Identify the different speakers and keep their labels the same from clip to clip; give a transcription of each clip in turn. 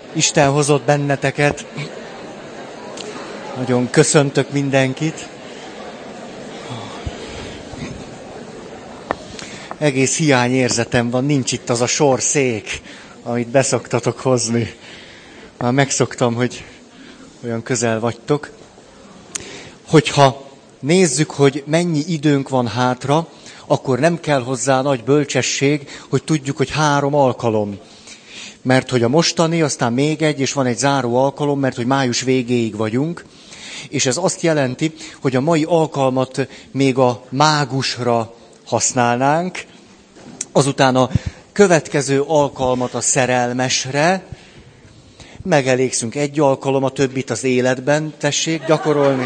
Speaker 1: Isten hozott benneteket. Nagyon köszöntök mindenkit. Egész hiányérzetem van, nincs itt az a sorszáék, amit beszoktatok hozni. Már megszoktam, hogy olyan közel vagytok. Hogyha nézzük, hogy mennyi időnk van hátra, akkor nem kell hozzá nagy bölcsesség, hogy tudjuk, hogy 3 alkalom. Mert hogy a mostani, aztán még egy, és van egy záró alkalom, mert hogy május végéig vagyunk. És ez azt jelenti, hogy a mai alkalmat még a mágusra használnánk, azután a következő alkalmat a szerelmesre, megelégszünk egy alkalom, a többit az életben, tessék gyakorolni.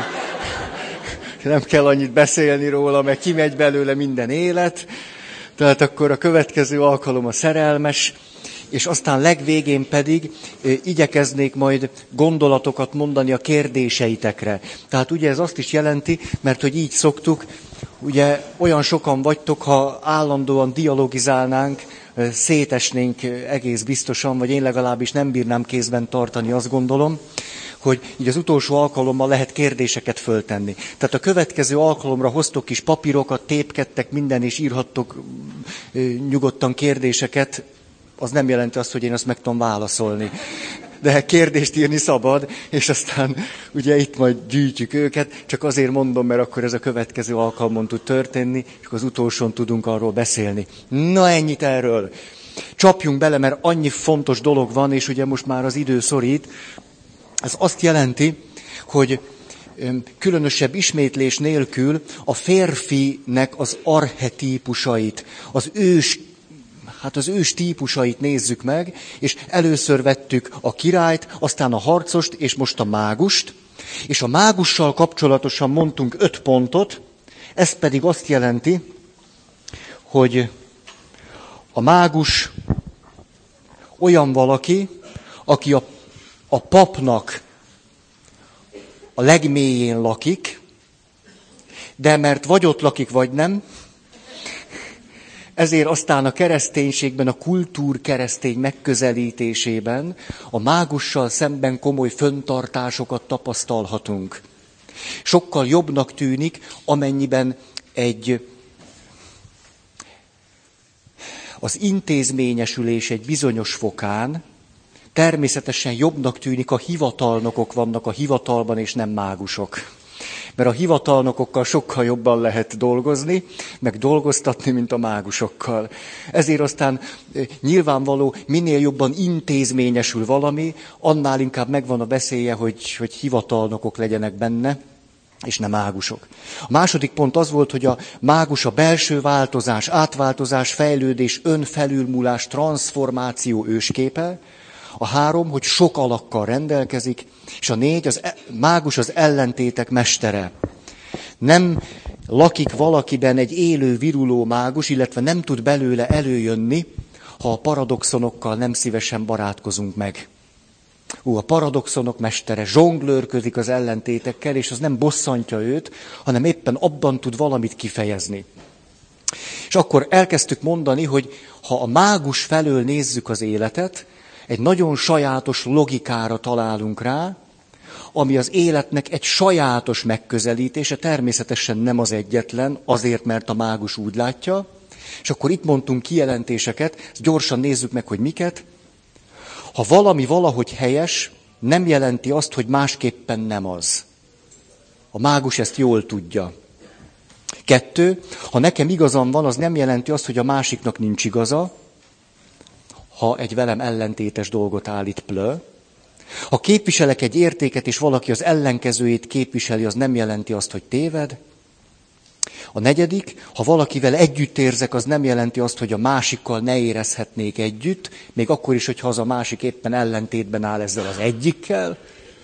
Speaker 1: Nem kell annyit beszélni róla, mert kimegy belőle minden élet. Tehát akkor a következő alkalom a szerelmes, és aztán legvégén pedig igyekeznék majd gondolatokat mondani a kérdéseitekre. Tehát ugye ez azt is jelenti, mert hogy így szoktuk, ugye olyan sokan vagytok, ha állandóan dialogizálnánk, szétesnénk egész biztosan, vagy én legalábbis nem bírnám kézben tartani, azt gondolom, hogy így az utolsó alkalommal lehet kérdéseket föltenni. Tehát a következő alkalomra hoztok kis papírokat, tépkedtek minden, és írhattok nyugodtan kérdéseket. Az nem jelenti azt, hogy én azt meg tudom válaszolni. De kérdést írni szabad, és aztán ugye itt majd gyűjtjük őket. Csak azért mondom, mert akkor ez a következő alkalmon tud történni, és az utolsón tudunk arról beszélni. Na ennyit erről. Csapjunk bele, mert annyi fontos dolog van, és ugye most már az idő szorít. Ez azt jelenti, hogy különösebb ismétlés nélkül a férfinek az archetípusait, az ős típusait nézzük meg, és először vettük a királyt, aztán a harcost, és most a mágust, és a mágussal kapcsolatosan mondtunk 5 pontot, ez pedig azt jelenti, hogy a mágus olyan valaki, aki a papnak a legmélyén lakik, de mert vagy ott lakik, vagy nem, ezért aztán a kereszténységben, a kultúrkeresztény megközelítésében a mágussal szemben komoly fenntartásokat tapasztalhatunk. Sokkal jobbnak tűnik, amennyiben az intézményesülés egy bizonyos fokán természetesen jobbnak tűnik, a hivatalnokok vannak a hivatalban, és nem mágusok. Mert a hivatalnokokkal sokkal jobban lehet dolgozni, meg dolgoztatni, mint a mágusokkal. Ezért aztán nyilvánvaló, minél jobban intézményesül valami, annál inkább megvan a veszélye, hogy hivatalnokok legyenek benne, és nem mágusok. A második pont az volt, hogy a mágus a belső változás, átváltozás, fejlődés, önfelülmúlás, transformáció ősképe. A 3, hogy sok alakkal rendelkezik, és a 4, mágus az ellentétek mestere. Nem lakik valakiben egy élő, viruló mágus, illetve nem tud belőle előjönni, ha a paradoxonokkal nem szívesen barátkozunk meg. A paradoxonok mestere zsonglőrködik az ellentétekkel, és az nem bosszantja őt, hanem éppen abban tud valamit kifejezni. És akkor elkezdtük mondani, hogy ha a mágus felől nézzük az életet, egy nagyon sajátos logikára találunk rá, ami az életnek egy sajátos megközelítése, természetesen nem az egyetlen, azért, mert a mágus úgy látja. És akkor itt mondtunk kijelentéseket, gyorsan nézzük meg, hogy miket. Ha valami valahogy helyes, nem jelenti azt, hogy másképpen nem az. A mágus ezt jól tudja. 2, ha nekem igazam van, az nem jelenti azt, hogy a másiknak nincs igaza, ha egy velem ellentétes dolgot állít plö. Ha képviselek egy értéket, és valaki az ellenkezőjét képviseli, az nem jelenti azt, hogy téved. A 4, ha valakivel együtt érzek, az nem jelenti azt, hogy a másikkal ne érezhetnék együtt, még akkor is, hogyha az a másik éppen ellentétben áll ezzel az egyikkel.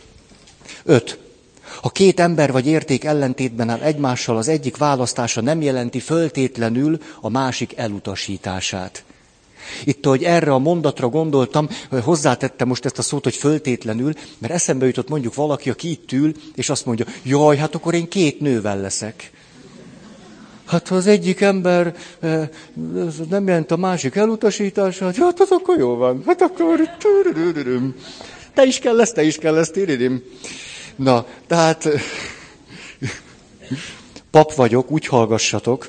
Speaker 1: 5, ha 2 ember vagy érték ellentétben áll egymással, az egyik választása nem jelenti föltétlenül a másik elutasítását. Itt, hogy erre a mondatra gondoltam, hozzátettem most ezt a szót, hogy föltétlenül, mert eszembe jutott mondjuk valaki, aki itt ül, és azt mondja, jaj, hát akkor én 2 nővel leszek. Hát ha az egyik ember nem jelent a másik elutasítását, hát az akkor jó van. Hát akkor... Te is kell lesz, tiridim. Na, tehát... Pap vagyok, úgy hallgassatok.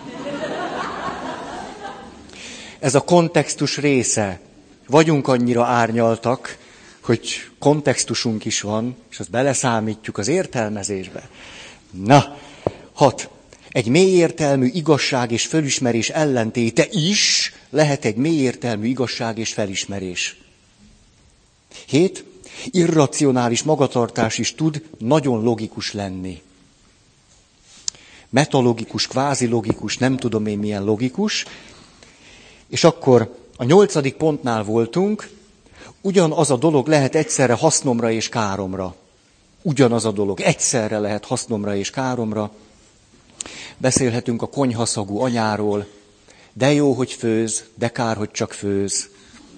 Speaker 1: Ez a kontextus része. Vagyunk annyira árnyaltak, hogy kontextusunk is van, és azt beleszámítjuk az értelmezésbe. Na, 6. Egy mélyértelmű igazság és felismerés ellentéte is lehet egy mélyértelmű igazság és felismerés. 7. Irracionális magatartás is tud nagyon logikus lenni. Metalogikus, kvázilogikus, nem tudom én milyen logikus. És akkor a 8. pontnál voltunk, ugyanaz a dolog lehet egyszerre hasznomra és káromra. Ugyanaz a dolog egyszerre lehet hasznomra és káromra. Beszélhetünk a konyhaszagú anyáról, de jó, hogy főz, de kár, hogy csak főz.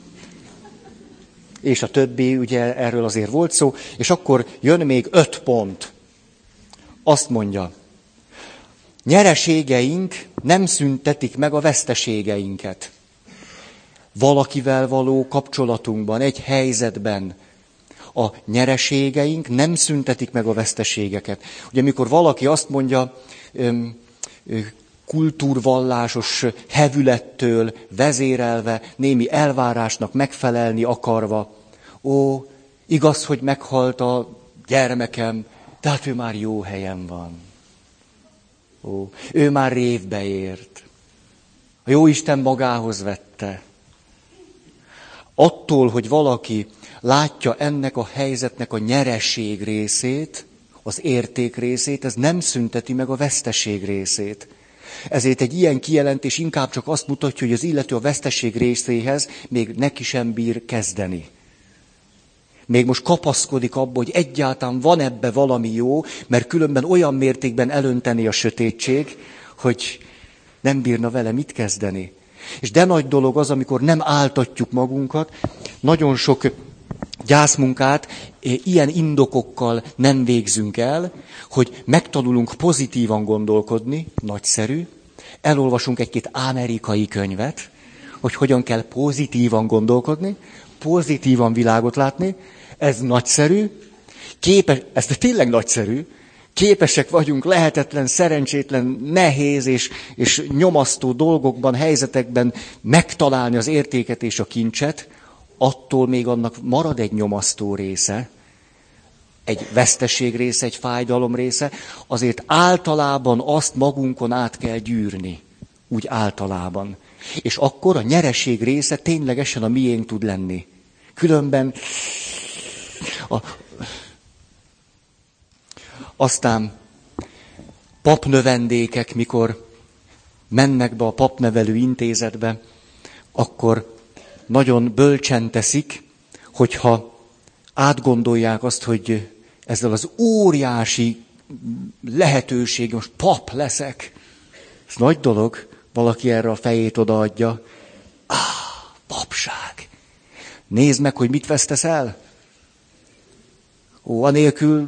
Speaker 1: És a többi, ugye erről azért volt szó, és akkor jön még 5 pont. Azt mondja, nyereségeink nem szüntetik meg a veszteségeinket. Valakivel való kapcsolatunkban, egy helyzetben a nyereségeink nem szüntetik meg a veszteségeket. Ugye amikor valaki azt mondja, kultúrvallásos hevülettől vezérelve, némi elvárásnak megfelelni akarva, ó, igaz, hogy meghalt a gyermekem, de hát ő már jó helyen van. Ó, ő már révbe ért. A Jóisten magához vette. Attól, hogy valaki látja ennek a helyzetnek a nyeresség részét, az érték részét, ez nem szünteti meg a veszteség részét. Ezért egy ilyen kijelentés inkább csak azt mutatja, hogy az illető a veszteség részéhez még neki sem bír kezdeni. Még most kapaszkodik abba, hogy egyáltalán van ebbe valami jó, mert különben olyan mértékben elönteni a sötétség, hogy nem bírna vele mit kezdeni. És de nagy dolog az, amikor nem áltatjuk magunkat, nagyon sok gyászmunkát ilyen indokokkal nem végzünk el, hogy megtanulunk pozitívan gondolkodni, nagyszerű, elolvasunk egy-két amerikai könyvet, hogy hogyan kell pozitívan gondolkodni, pozitívan világot látni, ez nagyszerű, ez tényleg nagyszerű, képesek vagyunk lehetetlen, szerencsétlen, nehéz és nyomasztó dolgokban, helyzetekben megtalálni az értéket és a kincset, attól még annak marad egy nyomasztó része, egy veszteség része, egy fájdalom része, azért általában azt magunkon át kell gyűrni, úgy általában. És akkor a nyereség része ténylegesen a miénk tud lenni. Különben aztán papnövendékek, mikor mennek be a papnevelő intézetbe, akkor nagyon bölcsen teszik, hogyha átgondolják azt, hogy ezzel az óriási lehetőség, most pap leszek. Ez nagy dolog, valaki erre a fejét odaadja. Papság. Nézd meg, hogy mit vesztesz el. Ó, anélkül...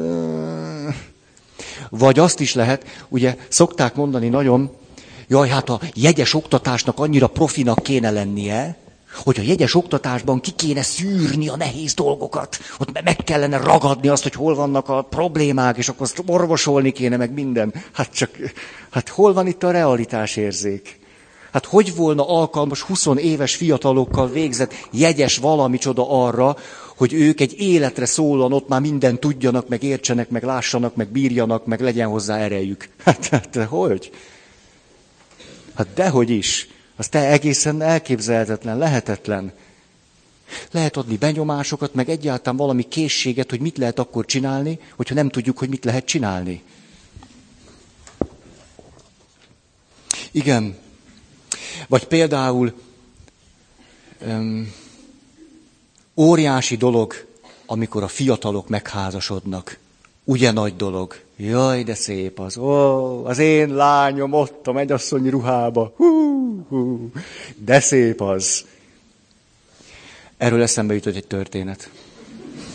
Speaker 1: Vagy azt is lehet, ugye szokták mondani nagyon, jaj, hát a jegyes oktatásnak annyira profinak kéne lennie, hogy a jegyes oktatásban ki kéne szűrni a nehéz dolgokat. Ott meg kellene ragadni azt, hogy hol vannak a problémák, és akkor azt orvosolni kéne, meg minden. Hát hol van itt a realitásérzék? Hát hogy volna alkalmas 20 éves fiatalokkal végzett jegyes valamicsoda arra, hogy ők egy életre szólóan ott már mindent tudjanak, meg értsenek, meg lássanak, meg bírjanak, meg legyen hozzá erejük. Hát hogy? Hát dehogy is. Az te egészen elképzelhetetlen, lehetetlen. Lehet adni benyomásokat, meg egyáltalán valami készséget, hogy mit lehet akkor csinálni, hogyha nem tudjuk, hogy mit lehet csinálni. Igen. Vagy például óriási dolog, amikor a fiatalok megházasodnak. Ugye nagy dolog. Jaj, de szép az. Ó, az én lányom ott a mennyasszonyi ruhába. Hú, de szép az. Erről eszembe jutott egy történet.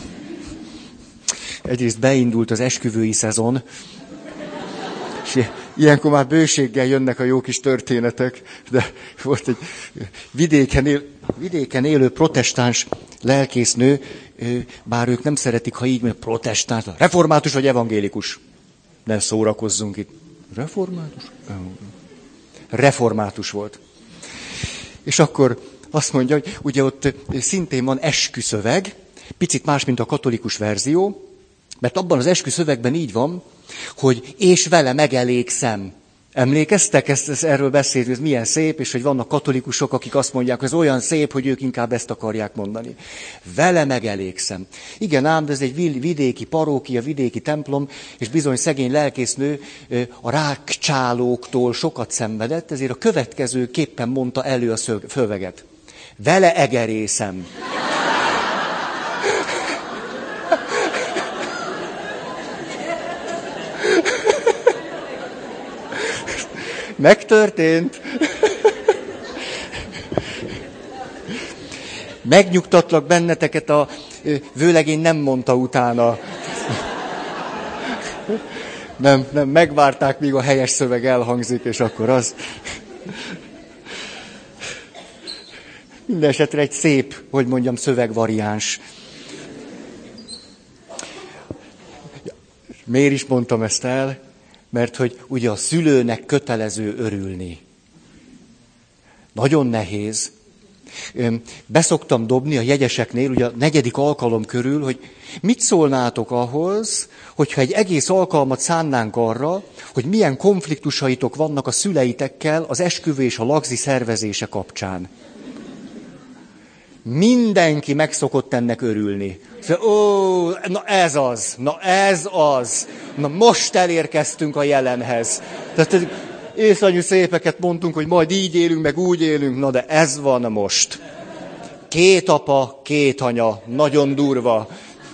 Speaker 1: Egyrészt beindult az esküvői szezon, és Ilyenkor már bőséggel jönnek a jó kis történetek, de volt egy vidéken élő protestáns lelkésznő, bár ők nem szeretik, ha így, mert protestáns, református vagy evangélikus. Ne szórakozzunk itt. Református? Református volt. És akkor azt mondja, hogy ugye ott szintén van esküszöveg, picit más, mint a katolikus verzió, mert abban az esküszövegben így van, hogy és vele megelégszem. Emlékeztek? Erről beszéltünk, ez milyen szép, és hogy vannak katolikusok, akik azt mondják, hogy ez olyan szép, hogy ők inkább ezt akarják mondani. Vele megelégszem. Igen ám, de ez egy vidéki parókia, vidéki templom, és bizony szegény lelkésznő a rákcsálóktól sokat szenvedett, ezért a következő képpen mondta elő a szöveget. Vele egerészem. Megtörtént. Megnyugtatlak benneteket, a vőlegény nem mondta utána. Nem, megvárták, míg a helyes szöveg elhangzik, és akkor az. Mindenesetre egy szép, hogy mondjam, szövegvariáns. Miért is mondtam ezt el? Mert hogy ugye a szülőnek kötelező örülni. Nagyon nehéz. Beszoktam dobni a jegyeseknél, ugye a 4. alkalom körül, hogy mit szólnátok ahhoz, hogyha egy egész alkalmat szánnánk arra, hogy milyen konfliktusaitok vannak a szüleitekkel az esküvő és a lagzi szervezése kapcsán. Mindenki meg szokott ennek örülni. Ó, na ez az. Na most elérkeztünk a jelenhez. Tehát észanyú szépeket mondtunk, hogy majd így élünk, meg úgy élünk, na de ez van most. 2 apa, 2 anya, nagyon durva.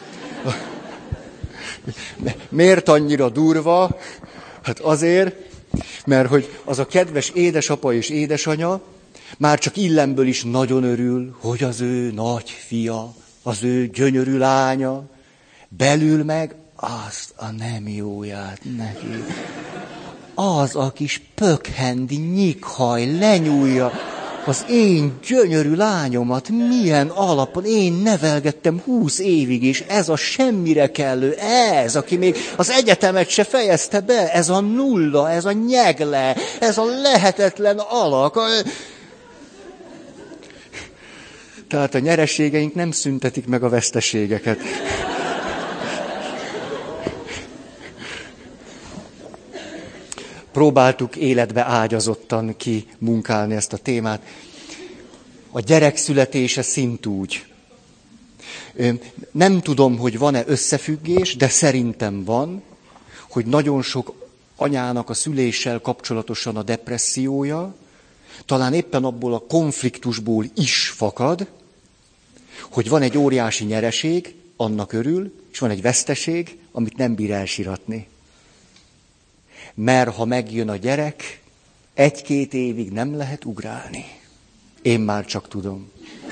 Speaker 1: Miért annyira durva? Hát azért, mert hogy az a kedves édesapa és édesanya már csak illemből is nagyon örül, hogy az ő nagy fia, az ő gyönyörű lánya, belül meg azt a nem jóját neki. Az a kis pökhendi nyikhaj lenyúlja az én gyönyörű lányomat, milyen alapon én nevelgettem 20 évig is, ez a semmire kellő, ez, aki még az egyetemet se fejezte be, ez a nulla, ez a nyegle, ez a lehetetlen alak. Tehát a nyereségeink nem szüntetik meg a veszteségeket. Próbáltuk életbe ágyazottan kimunkálni ezt a témát. A gyerek születése szintúgy. Nem tudom, hogy van-e összefüggés, de szerintem van, hogy nagyon sok anyának a szüléssel kapcsolatosan a depressziója, talán éppen abból a konfliktusból is fakad, hogy van egy óriási nyereség, annak örül, és van egy veszteség, amit nem bír elsiratni. Mert ha megjön a gyerek, 1-2 évig nem lehet ugrálni. Én már csak tudom.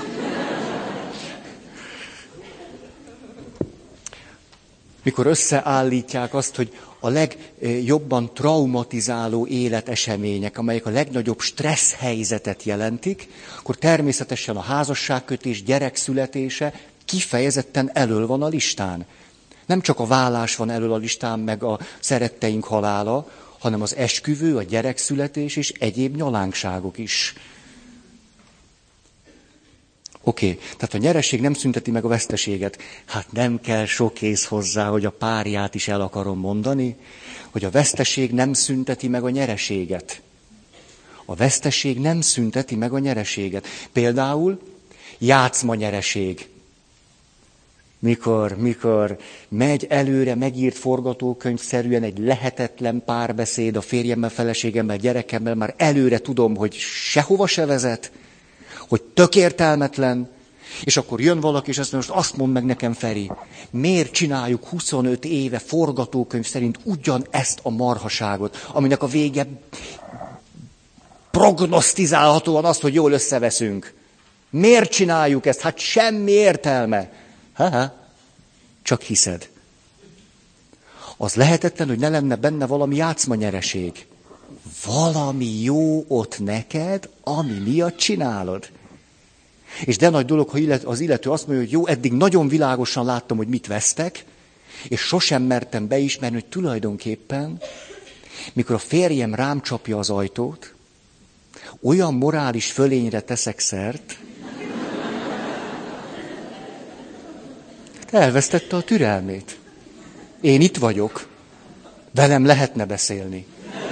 Speaker 1: Mikor összeállítják azt, hogy a legjobban traumatizáló életesemények, amelyek a legnagyobb stressz helyzetet jelentik, akkor természetesen a házasságkötés, gyerek születése kifejezetten elöl van a listán. Nem csak a vállás van elöl a listán, meg a szeretteink halála, hanem az esküvő, a gyerekszületés és egyéb nyalánkságok is. Oké, tehát a nyereség nem szünteti meg a veszteséget. Hát nem kell sok ész hozzá, hogy a párját is el akarom mondani, hogy a veszteség nem szünteti meg a nyereséget. A veszteség nem szünteti meg a nyereséget. Például játszmanyereség. Mikor megy előre megírt forgatókönyvszerűen egy lehetetlen párbeszéd a férjemmel, feleségemmel, gyerekemmel, már előre tudom, hogy sehova se vezet, hogy tök értelmetlen, és akkor jön valaki, és azt mondja, most azt mondd meg nekem, Feri, miért csináljuk 25 éve forgatókönyv szerint ugyanezt a marhaságot, aminek a vége prognosztizálhatóan azt, hogy jól összeveszünk. Miért csináljuk ezt? Hát semmi értelme. Csak hiszed. Az lehetetlen, hogy ne lenne benne valami játszmanyereség. valami jó ott neked, ami miatt csinálod. És de nagy dolog, ha az illető azt mondja, hogy jó, eddig nagyon világosan láttam, hogy mit vesztek, és sosem mertem beismerni, hogy tulajdonképpen, mikor a férjem rám csapja az ajtót, olyan morális fölényre teszek szert, elvesztette a türelmét. Én itt vagyok, velem lehetne beszélni.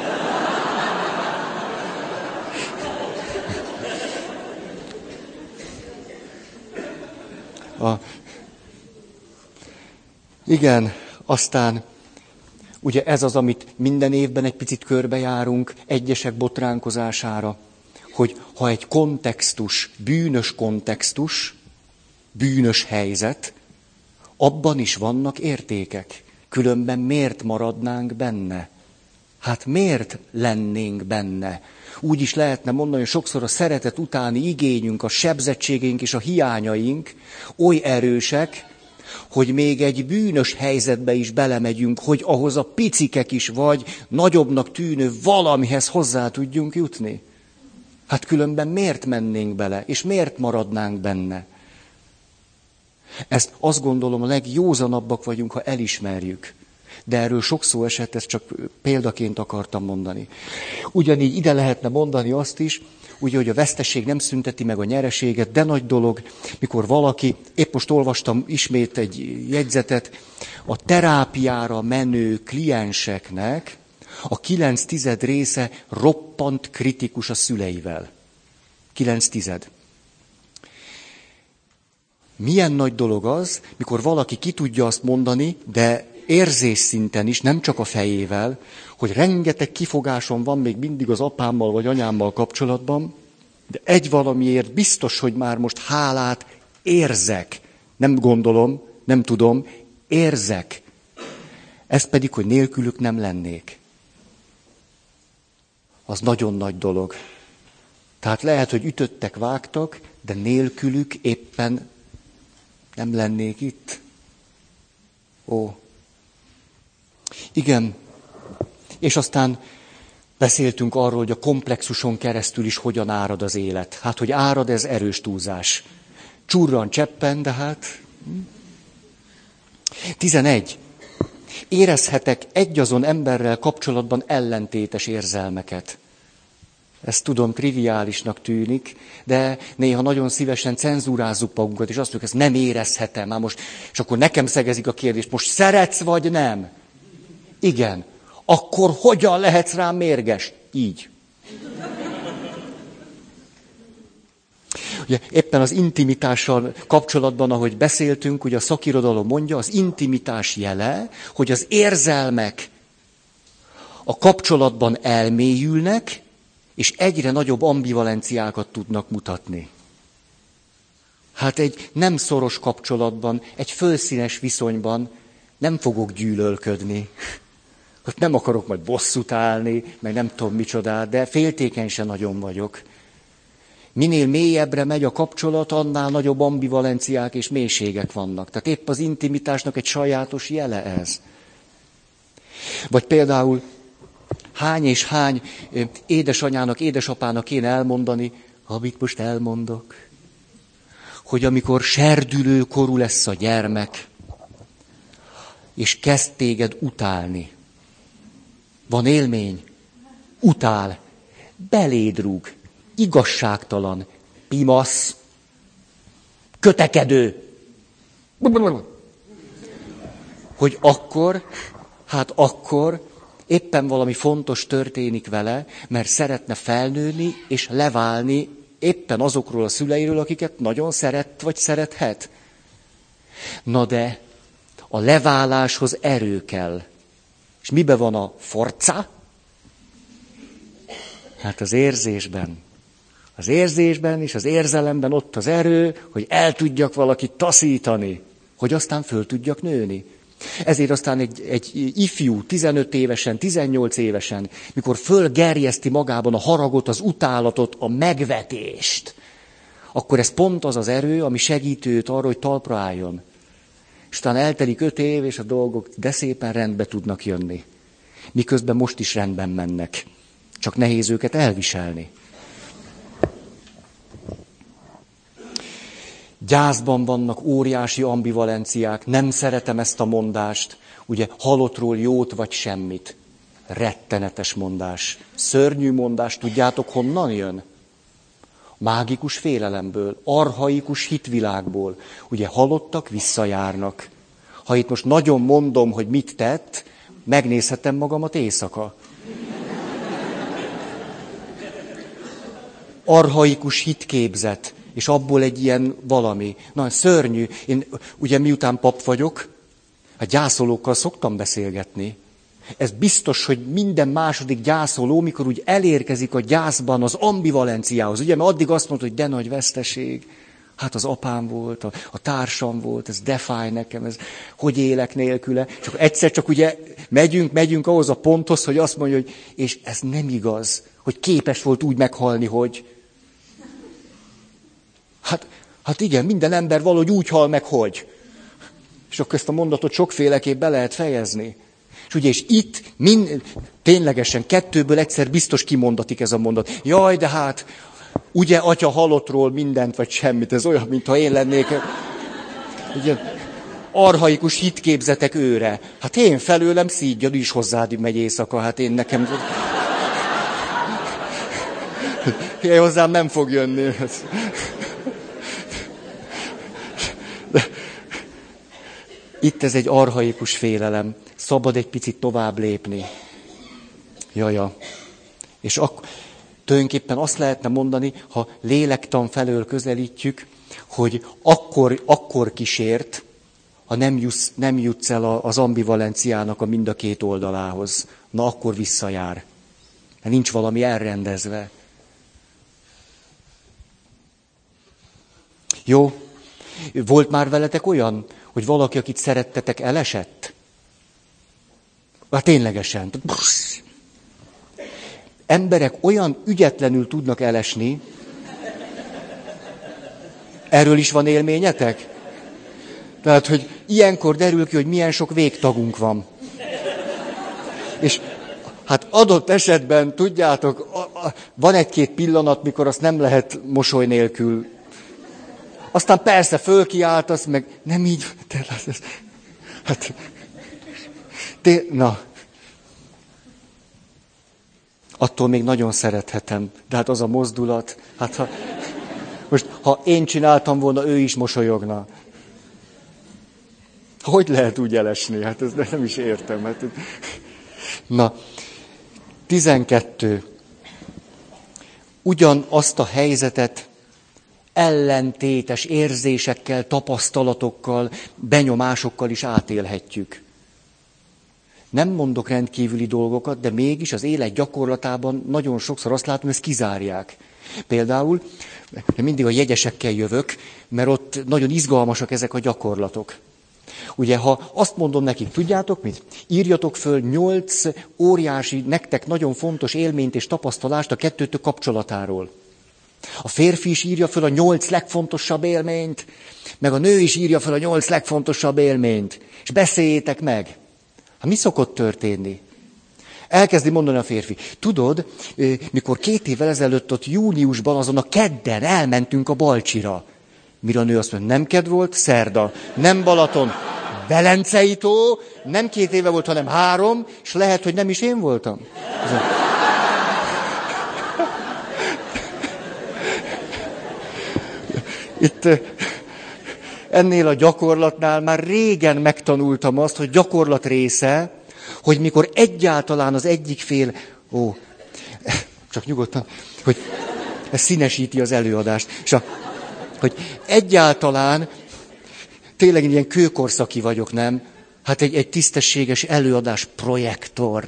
Speaker 1: Igen, aztán ugye ez az, amit minden évben egy picit körbejárunk, egyesek botránkozására, hogy ha egy kontextus, bűnös helyzet, abban is vannak értékek. Különben miért maradnánk benne? Hát miért lennénk benne? Úgy is lehetne mondani, hogy sokszor a szeretet utáni igényünk, a sebzettségeink és a hiányaink oly erősek, hogy még egy bűnös helyzetbe is belemegyünk, hogy ahhoz a picikek is vagy nagyobbnak tűnő valamihez hozzá tudjunk jutni. Hát különben miért mennénk bele, és miért maradnánk benne? Ezt azt gondolom, a legjózanabbak vagyunk, ha elismerjük. De erről sok szó esett, ezt csak példaként akartam mondani. Ugyanígy ide lehetne mondani azt is, ugye, hogy a veszteség nem szünteti meg a nyereséget, de nagy dolog, mikor valaki, épp most olvastam ismét egy jegyzetet, a terápiára menő klienseknek a 9/10 része roppant kritikus a szüleivel. 9/10. Milyen nagy dolog az, mikor valaki ki tudja azt mondani, de érzésszinten is, nem csak a fejével, hogy rengeteg kifogásom van még mindig az apámmal vagy anyámmal kapcsolatban, de egy valamiért biztos, hogy már most hálát érzek. Nem gondolom, nem tudom, érzek. Ez pedig, hogy nélkülük nem lennék. Az nagyon nagy dolog. Tehát lehet, hogy ütöttek, vágtak, de nélkülük éppen nem lennék itt. Ó. Igen. És aztán beszéltünk arról, hogy a komplexuson keresztül is hogyan árad az élet. Hát, hogy árad, ez erős túlzás. Csurran cseppen, de hát... 11. Érezhetek egyazon emberrel kapcsolatban ellentétes érzelmeket. Ezt tudom, triviálisnak tűnik, de néha nagyon szívesen cenzúrázzuk magunkat, és azt mondjuk, ezt nem érezhetem már most. És akkor nekem szegezik a kérdést, most szeretsz vagy nem? Igen. Akkor hogyan lehetsz rám mérges? Így. Ugye, éppen az intimitással kapcsolatban, ahogy beszéltünk, ugye a szakirodalom mondja, az intimitás jele, hogy az érzelmek a kapcsolatban elmélyülnek, és egyre nagyobb ambivalenciákat tudnak mutatni. Hát egy nem szoros kapcsolatban, egy fölszínes viszonyban nem fogok gyűlölködni. Hát nem akarok majd bosszút állni, meg nem tudom micsodát, de féltékeny se nagyon vagyok. Minél mélyebbre megy a kapcsolat, annál nagyobb ambivalenciák és mélységek vannak. Tehát épp az intimitásnak egy sajátos jele ez. Vagy például hány és hány édesanyának, édesapának kéne elmondani, amit most elmondok, hogy amikor serdülő korú lesz a gyermek, és kezd téged utálni. Van élmény? Utál. Beléd rúg. Igazságtalan. Pimasz. Kötekedő. Hogy akkor éppen valami fontos történik vele, mert szeretne felnőni és leválni éppen azokról a szüleiről, akiket nagyon szeret vagy szerethet. Na de a leváláshoz erő kell. És miben van a forca? Hát az érzésben. Az érzésben és az érzelemben ott az erő, hogy el tudjak valakit taszítani, hogy aztán föl tudjak nőni. Ezért aztán egy ifjú, 15 évesen, 18 évesen, mikor fölgerjeszti magában a haragot, az utálatot, a megvetést, akkor ez pont az az erő, ami segít őt arra, hogy talpra álljon. És aztán eltelik 5 év, és a dolgok de szépen rendbe tudnak jönni. Miközben most is rendben mennek. Csak nehéz őket elviselni. Gyászban vannak óriási ambivalenciák, nem szeretem ezt a mondást, ugye halottról jót vagy semmit. Rettenetes mondás, szörnyű mondás, tudjátok honnan jön? Mágikus félelemből, archaikus hitvilágból. Ugye halottak visszajárnak. Ha itt most nagyon mondom, hogy mit tett, megnézhetem magamat éjszaka. Archaikus hitképzet, és abból egy ilyen valami. Na, szörnyű. Én ugye miután pap vagyok, a gyászolókkal szoktam beszélgetni. Ez biztos, hogy minden második gyászoló, mikor úgy elérkezik a gyászban az ambivalenciához. Ugye, mert addig azt mondta, hogy de nagy veszteség. Hát az apám volt, a társam volt, ez de fáj nekem, ez hogy élek nélküle. És akkor egyszer csak ugye megyünk ahhoz a ponthoz, hogy azt mondja, hogy és ez nem igaz, hogy képes volt úgy meghalni, hogy... Hát igen, minden ember valahogy úgy hal meg, hogy. És akkor ezt a mondatot sokféleképp be lehet fejezni. És ugye, és itt ténylegesen kettőből egyszer biztos kimondatik ez a mondat. Jaj, de hát, ugye atya halottról mindent vagy semmit. Ez olyan, mintha én lennék ugye, archaikus hitképzetek őre. Hát én felőlem szídjad is hozzád megy éjszaka, hát én nekem... Én hozzám nem fog jönni. De itt ez egy archaikus félelem. Szabad egy picit tovább lépni. Jaja. És tulajdonképpen azt lehetne mondani, ha lélektan felől közelítjük, hogy akkor kísért, ha nem jutsz el az ambivalenciának a mind a két oldalához. Na, akkor visszajár. Mert nincs valami elrendezve. Jó. Volt már veletek olyan, hogy valaki, akit szerettetek, elesett? Hát ténylegesen. Emberek olyan ügyetlenül tudnak elesni. Erről is van élményetek? Tehát, hogy ilyenkor derül ki, hogy milyen sok végtagunk van. És hát adott esetben, tudjátok, van egy-két pillanat, mikor azt nem lehet mosoly nélkül. Aztán persze fölkiáltasz, meg nem így. Hát, na. Attól még nagyon szerethetem. De hát az a mozdulat, hát ha én csináltam volna, ő is mosolyogna. Hogy lehet úgy elesni? Hát ezt nem is értem. Hát, na, 12. Ugyanazt a helyzetet ellentétes érzésekkel, tapasztalatokkal, benyomásokkal is átélhetjük. Nem mondok rendkívüli dolgokat, de mégis az élet gyakorlatában nagyon sokszor azt látom, hogy ezt kizárják. Például mindig a jegyesekkel jövök, mert ott nagyon izgalmasak ezek a gyakorlatok. Ugye, ha azt mondom nekik, tudjátok mit? Írjatok föl 8 óriási, nektek nagyon fontos élményt és tapasztalást a kettőtök kapcsolatáról. A férfi is írja föl a 8 legfontosabb élményt, meg a nő is írja föl a 8 legfontosabb élményt. És beszéljétek meg. Hát mi szokott történni? Elkezdi mondani a férfi. Tudod, mikor 2 évvel ezelőtt ott júniusban azon a kedden elmentünk a Balcsira. Mire a nő azt mondja, nem kedd volt, szerda, nem Balaton, Velencei tó, nem 2 éve volt, hanem 3, és lehet, hogy nem is én voltam. Itt ennél a gyakorlatnál már régen megtanultam azt, hogy gyakorlat része, hogy mikor egyáltalán az egyik fél, csak nyugodtan, hogy ez színesíti az előadást, és hogy egyáltalán tényleg ilyen kőkorszaki vagyok, nem? Hát egy tisztességes előadás projektor.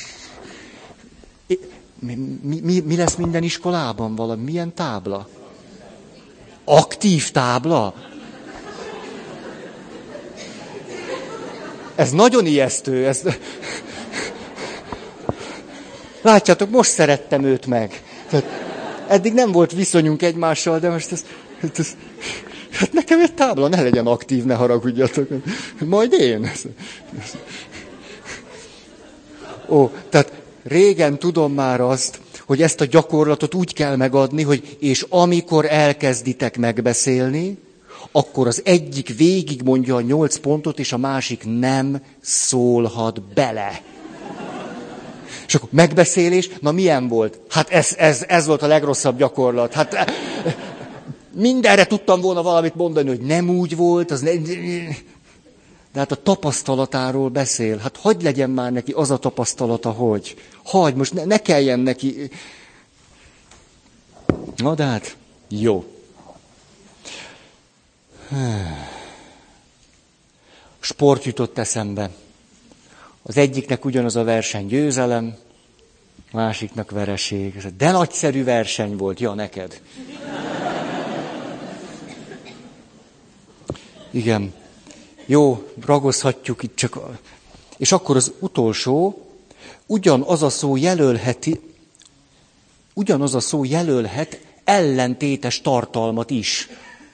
Speaker 1: Mi lesz minden iskolában valami? Milyen tábla? Aktív tábla? Ez nagyon ijesztő. Látjátok, most szerettem őt meg. Tehát eddig nem volt viszonyunk egymással, de most ez hát nekem egy tábla, ne legyen aktív, ne haragudjatok. Majd én. Tehát régen tudom már azt, hogy ezt a gyakorlatot úgy kell megadni, hogy és amikor elkezditek megbeszélni, akkor az egyik végig mondja a 8 pontot, és a másik nem szólhat bele. És akkor megbeszélés, na milyen volt? Hát ez volt a legrosszabb gyakorlat. Hát mindenre tudtam volna valamit mondani, hogy nem úgy volt, az nem... De hát a tapasztalatáról beszél. Hát hadd legyen már neki az a tapasztalata, hogy. Hagyj, most ne kelljen neki... Na de hát, jó. Sport jutott eszembe. Az egyiknek ugyanaz a verseny győzelem, másiknak vereség. De nagyszerű verseny volt, ja, neked. Igen. Jó, ragozhatjuk itt csak. És akkor az utolsó, ugyanaz a szó jelölhet ellentétes tartalmat is.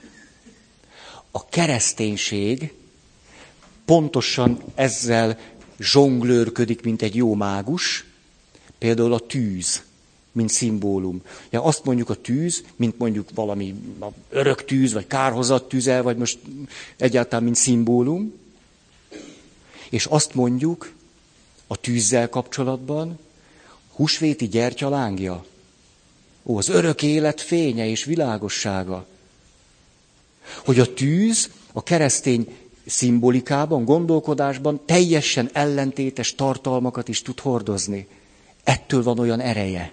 Speaker 1: A kereszténység pontosan ezzel zsonglőrködik, mint egy jó mágus, például a tűz, mint szimbólum. Ja, azt mondjuk a tűz, mint mondjuk valami örök tűz, vagy kárhozat tüze, vagy most egyáltalán mint szimbólum. És azt mondjuk a tűzzel kapcsolatban, húsvéti gyertyalángja. Ó, az örök élet fénye és világossága. Hogy a tűz a keresztény szimbolikában, gondolkodásban teljesen ellentétes tartalmakat is tud hordozni. Ettől van olyan ereje.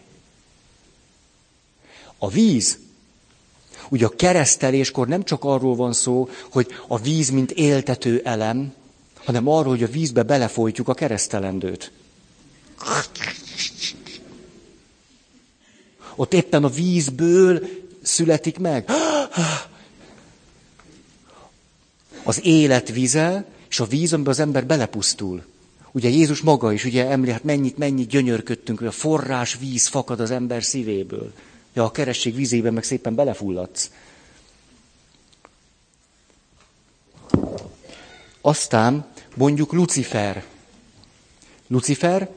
Speaker 1: A víz, ugye a kereszteléskor nem csak arról van szó, hogy a víz mint éltető elem, hanem arról, hogy a vízbe belefolytjuk a keresztelendőt. Ott éppen a vízből születik meg. Az élet vize, és a víz, amiben az ember belepusztul. Ugye Jézus maga is, ugye hát mennyit gyönyörködtünk, hogy a forrás víz fakad az ember szívéből. Ja, a keresztség vízében meg szépen belefulladsz. Aztán mondjuk Lucifer. Lucifer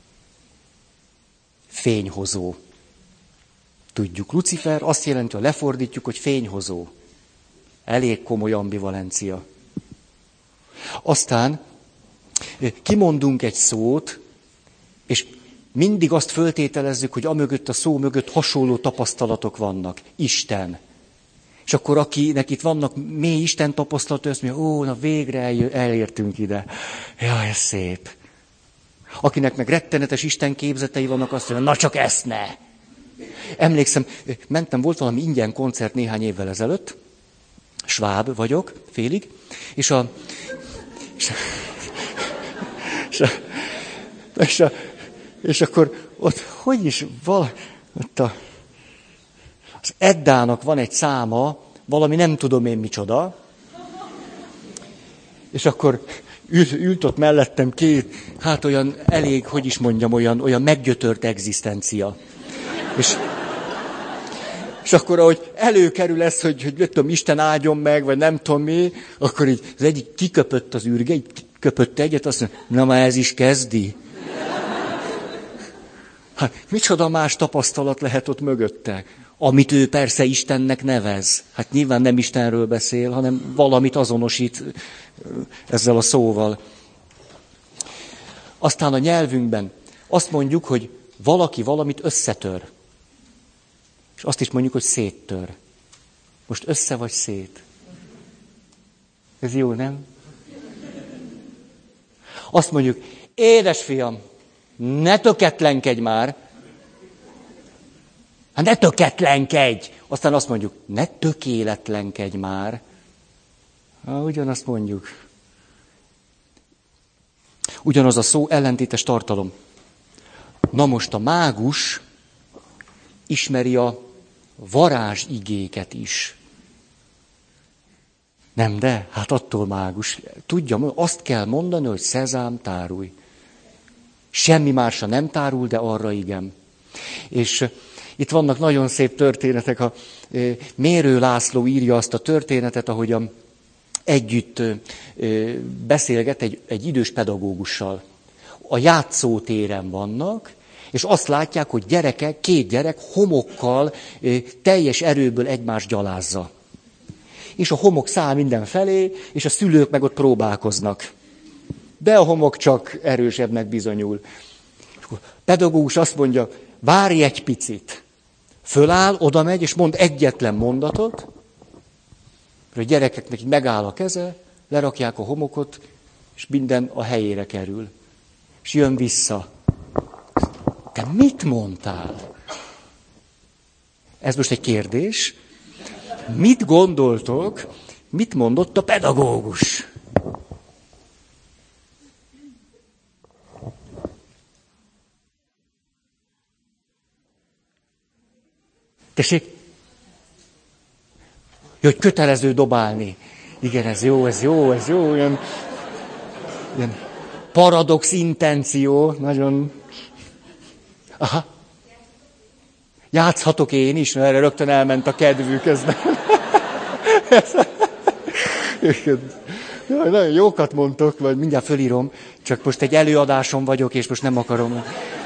Speaker 1: fényhozó. Tudjuk, Lucifer azt jelenti, ha lefordítjuk, hogy fényhozó. Elég komoly ambivalencia. Aztán kimondunk egy szót, és mindig azt föltételezzük, hogy amögött a szó mögött hasonló tapasztalatok vannak. Isten. És akkor akinek itt vannak mély Isten tapasztalatok, azt mondja, ó, na végre elértünk ide. Jaj, ez szép. Akinek meg rettenetes Isten képzetei vannak, azt mondja, na csak ezt ne. Emlékszem, volt valami ingyen koncert néhány évvel ezelőtt, sváb vagyok, félig, és akkor ott, hogy is, az Eddának van egy száma, valami nem tudom én micsoda, és akkor ült ott mellettem hát olyan elég, hogy is mondjam, olyan meggyötört egzisztencia. És akkor, ahogy előkerül ez, hogy nem tudom, Isten áldjon meg, vagy nem tudom mi, akkor így az egyik kiköpött az ürge, így köpött egyet, azt mondja, na már ez is kezdi. Hát micsoda más tapasztalat lehet ott mögötte, amit ő persze Istennek nevez. Hát nyilván nem Istenről beszél, hanem valamit azonosít ezzel a szóval. Aztán a nyelvünkben azt mondjuk, hogy valaki valamit összetör. És azt is mondjuk, hogy széttör. Most össze vagy szét? Ez jó, nem? Azt mondjuk, édesfiam, ne töketlenkedj már. Hát ne töketlenkedj. Aztán azt mondjuk, ne tökéletlenkedj már. Ugyanazt mondjuk. Ugyanaz a szó, ellentétes tartalom. Na most a mágus ismeri a varázsigéket is. Nem, de hát attól mágus. Tudja, azt kell mondani, hogy szezám, tárulj. Semmi másra nem tárul, de arra igen. És itt vannak nagyon szép történetek. A Mérő László írja azt a történetet, ahogyan együtt beszélget egy idős pedagógussal. A játszótéren vannak, És azt látják, hogy gyerekek, 2 gyerek homokkal teljes erőből egymást gyalázza. És a homok száll mindenfelé, és a szülők meg ott próbálkoznak. De a homok csak erősebbnek bizonyul. És akkor a pedagógus azt mondja, várj egy picit. Föláll, oda megy, és mond egyetlen mondatot, hogy a gyerekeknek így megáll a keze, lerakják a homokot, és minden a helyére kerül. És jön vissza. Te mit mondtál? Ez most egy kérdés. Mit gondoltok, mit mondott a pedagógus? Tessék? Jó, hogy kötelező dobálni. Igen, ez jó. Ilyen paradox intenció, nagyon... Aha. Játszhatok én is, mert erre rögtön elment a kedvük. Nagyon jókat mondtok, vagy mindjárt fölírom, csak most egy előadáson vagyok, és most nem akarom.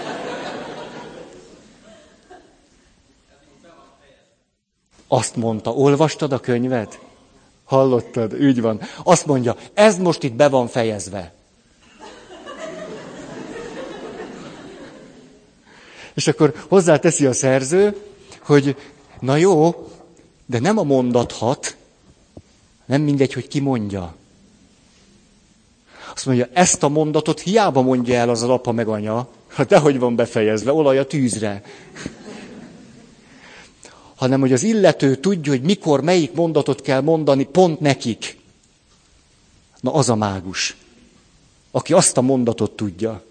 Speaker 1: Azt mondta, olvastad a könyvet? Hallottad? Úgy van. Azt mondja, ez most itt be van fejezve. És akkor hozzáteszi a szerző, hogy na jó, de nem a mondat hat, nem mindegy, hogy ki mondja. Azt mondja, ezt a mondatot hiába mondja el az apa meg anya, hát dehogy van befejezve, olaj a tűzre. Hanem, hogy az illető tudja, hogy mikor, melyik mondatot kell mondani pont nekik. Na, az a mágus, aki azt a mondatot tudja.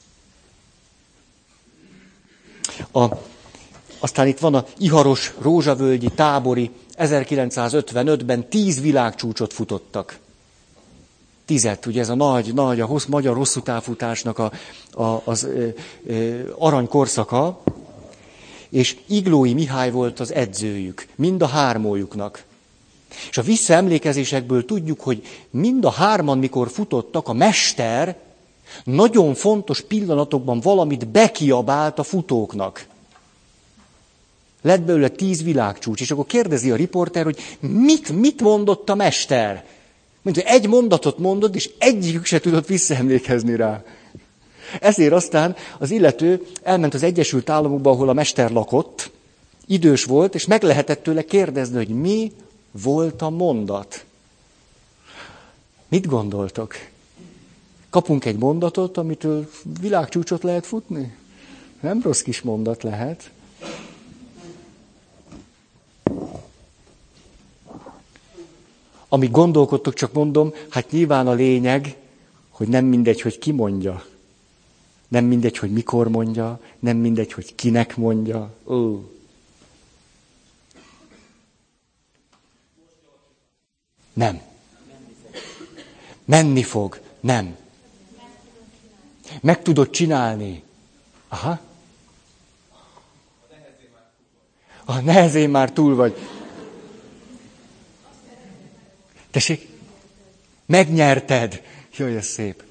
Speaker 1: Aztán itt van a iharos, rózsavölgyi, tábori, 1955-ben 10 világcsúcsot futottak. 10, ugye ez a nagy magyar hosszútávfutásnak az aranykorszaka, és Iglói Mihály volt az edzőjük, mind a 3-ójuknak. És a visszaemlékezésekből tudjuk, hogy mind a 3-an, mikor futottak, a mester nagyon fontos pillanatokban valamit bekiabált a futóknak. Lett belőle 10 világcsúcs, és akkor kérdezi a riporter, hogy mit mondott a mester? Mondja, egy mondatot mondott, és egyikük se tudott visszaemlékezni rá. Ezért aztán az illető elment az Egyesült Államokba, ahol a mester lakott, idős volt, és meg lehetett tőle kérdezni, hogy mi volt a mondat. Mit gondoltok? Kapunk egy mondatot, amitől világcsúcsot lehet futni? Nem rossz kis mondat lehet. Amíg gondolkodtok, csak mondom, hát nyilván a lényeg, hogy nem mindegy, hogy ki mondja. Nem mindegy, hogy mikor mondja, nem mindegy, hogy kinek mondja. Nem. Menni fog. Nem. Meg tudod csinálni. Aha. A nehezén már túl vagy. Tessék? Megnyerted. Jaj, ez szép.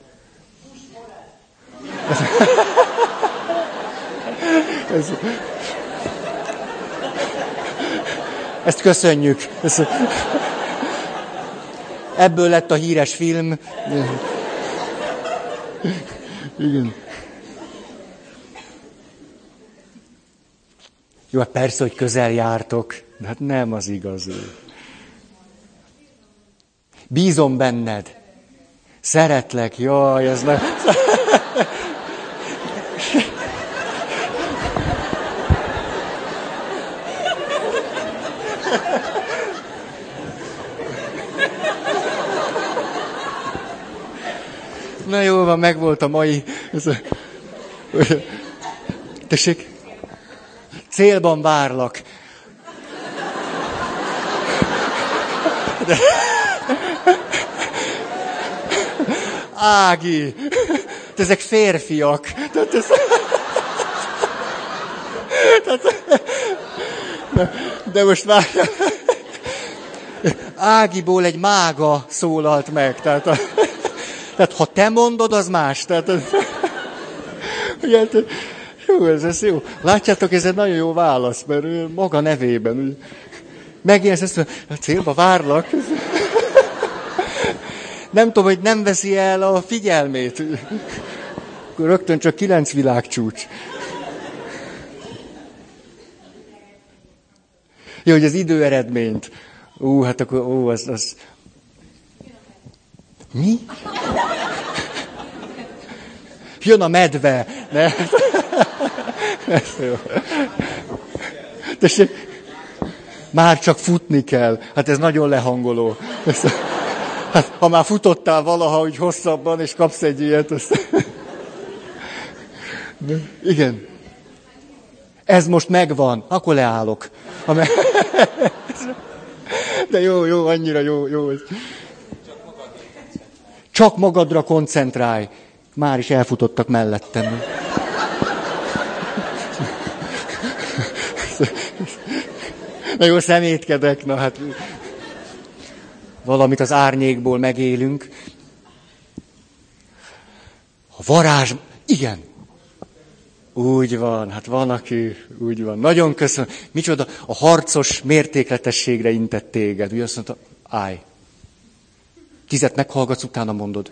Speaker 1: Ezt köszönjük. Ebből lett a híres film. Igen. Jó, hát persze, hogy közel jártok, de hát nem az igazi. Bízom benned. Szeretlek, jaj, ez nem... Na jó van, megvolt a mai... Tessék? Célban várlak. De... Ági! Ezek férfiak. De most már... Ágiból egy mága szólalt meg. Tehát ha te mondod, az más. Tehát, Jó, ez jó. Látjátok, ez egy nagyon jó válasz, mert ő maga nevében. Megjelsz ezt, a célba várlak. Nem tudom, hogy nem veszi el a figyelmét. Akkor rögtön csak 9 világcsúcs. Jó, hogy az időeredményt. Hát akkor, az... Mi? Jön a medve. Ne? Tessék, már csak futni kell. Hát ez nagyon lehangoló. Hát, ha már futottál valaha, hogy hosszabban, és kapsz egy ilyet, azt... Igen. Ez most megvan, akkor leállok. De jó, annyira jó. Csak magadra koncentrálj. Már is elfutottak mellettem. Na jó, szemétkedek, na hát... Valamit az árnyékból megélünk. A varázs... Igen. Úgy van, hát van, aki úgy van. Nagyon köszönöm. Micsoda, a harcos mértékletességre intett téged. Úgy azt mondta, állj. 10 meghallgatsz, utána mondod.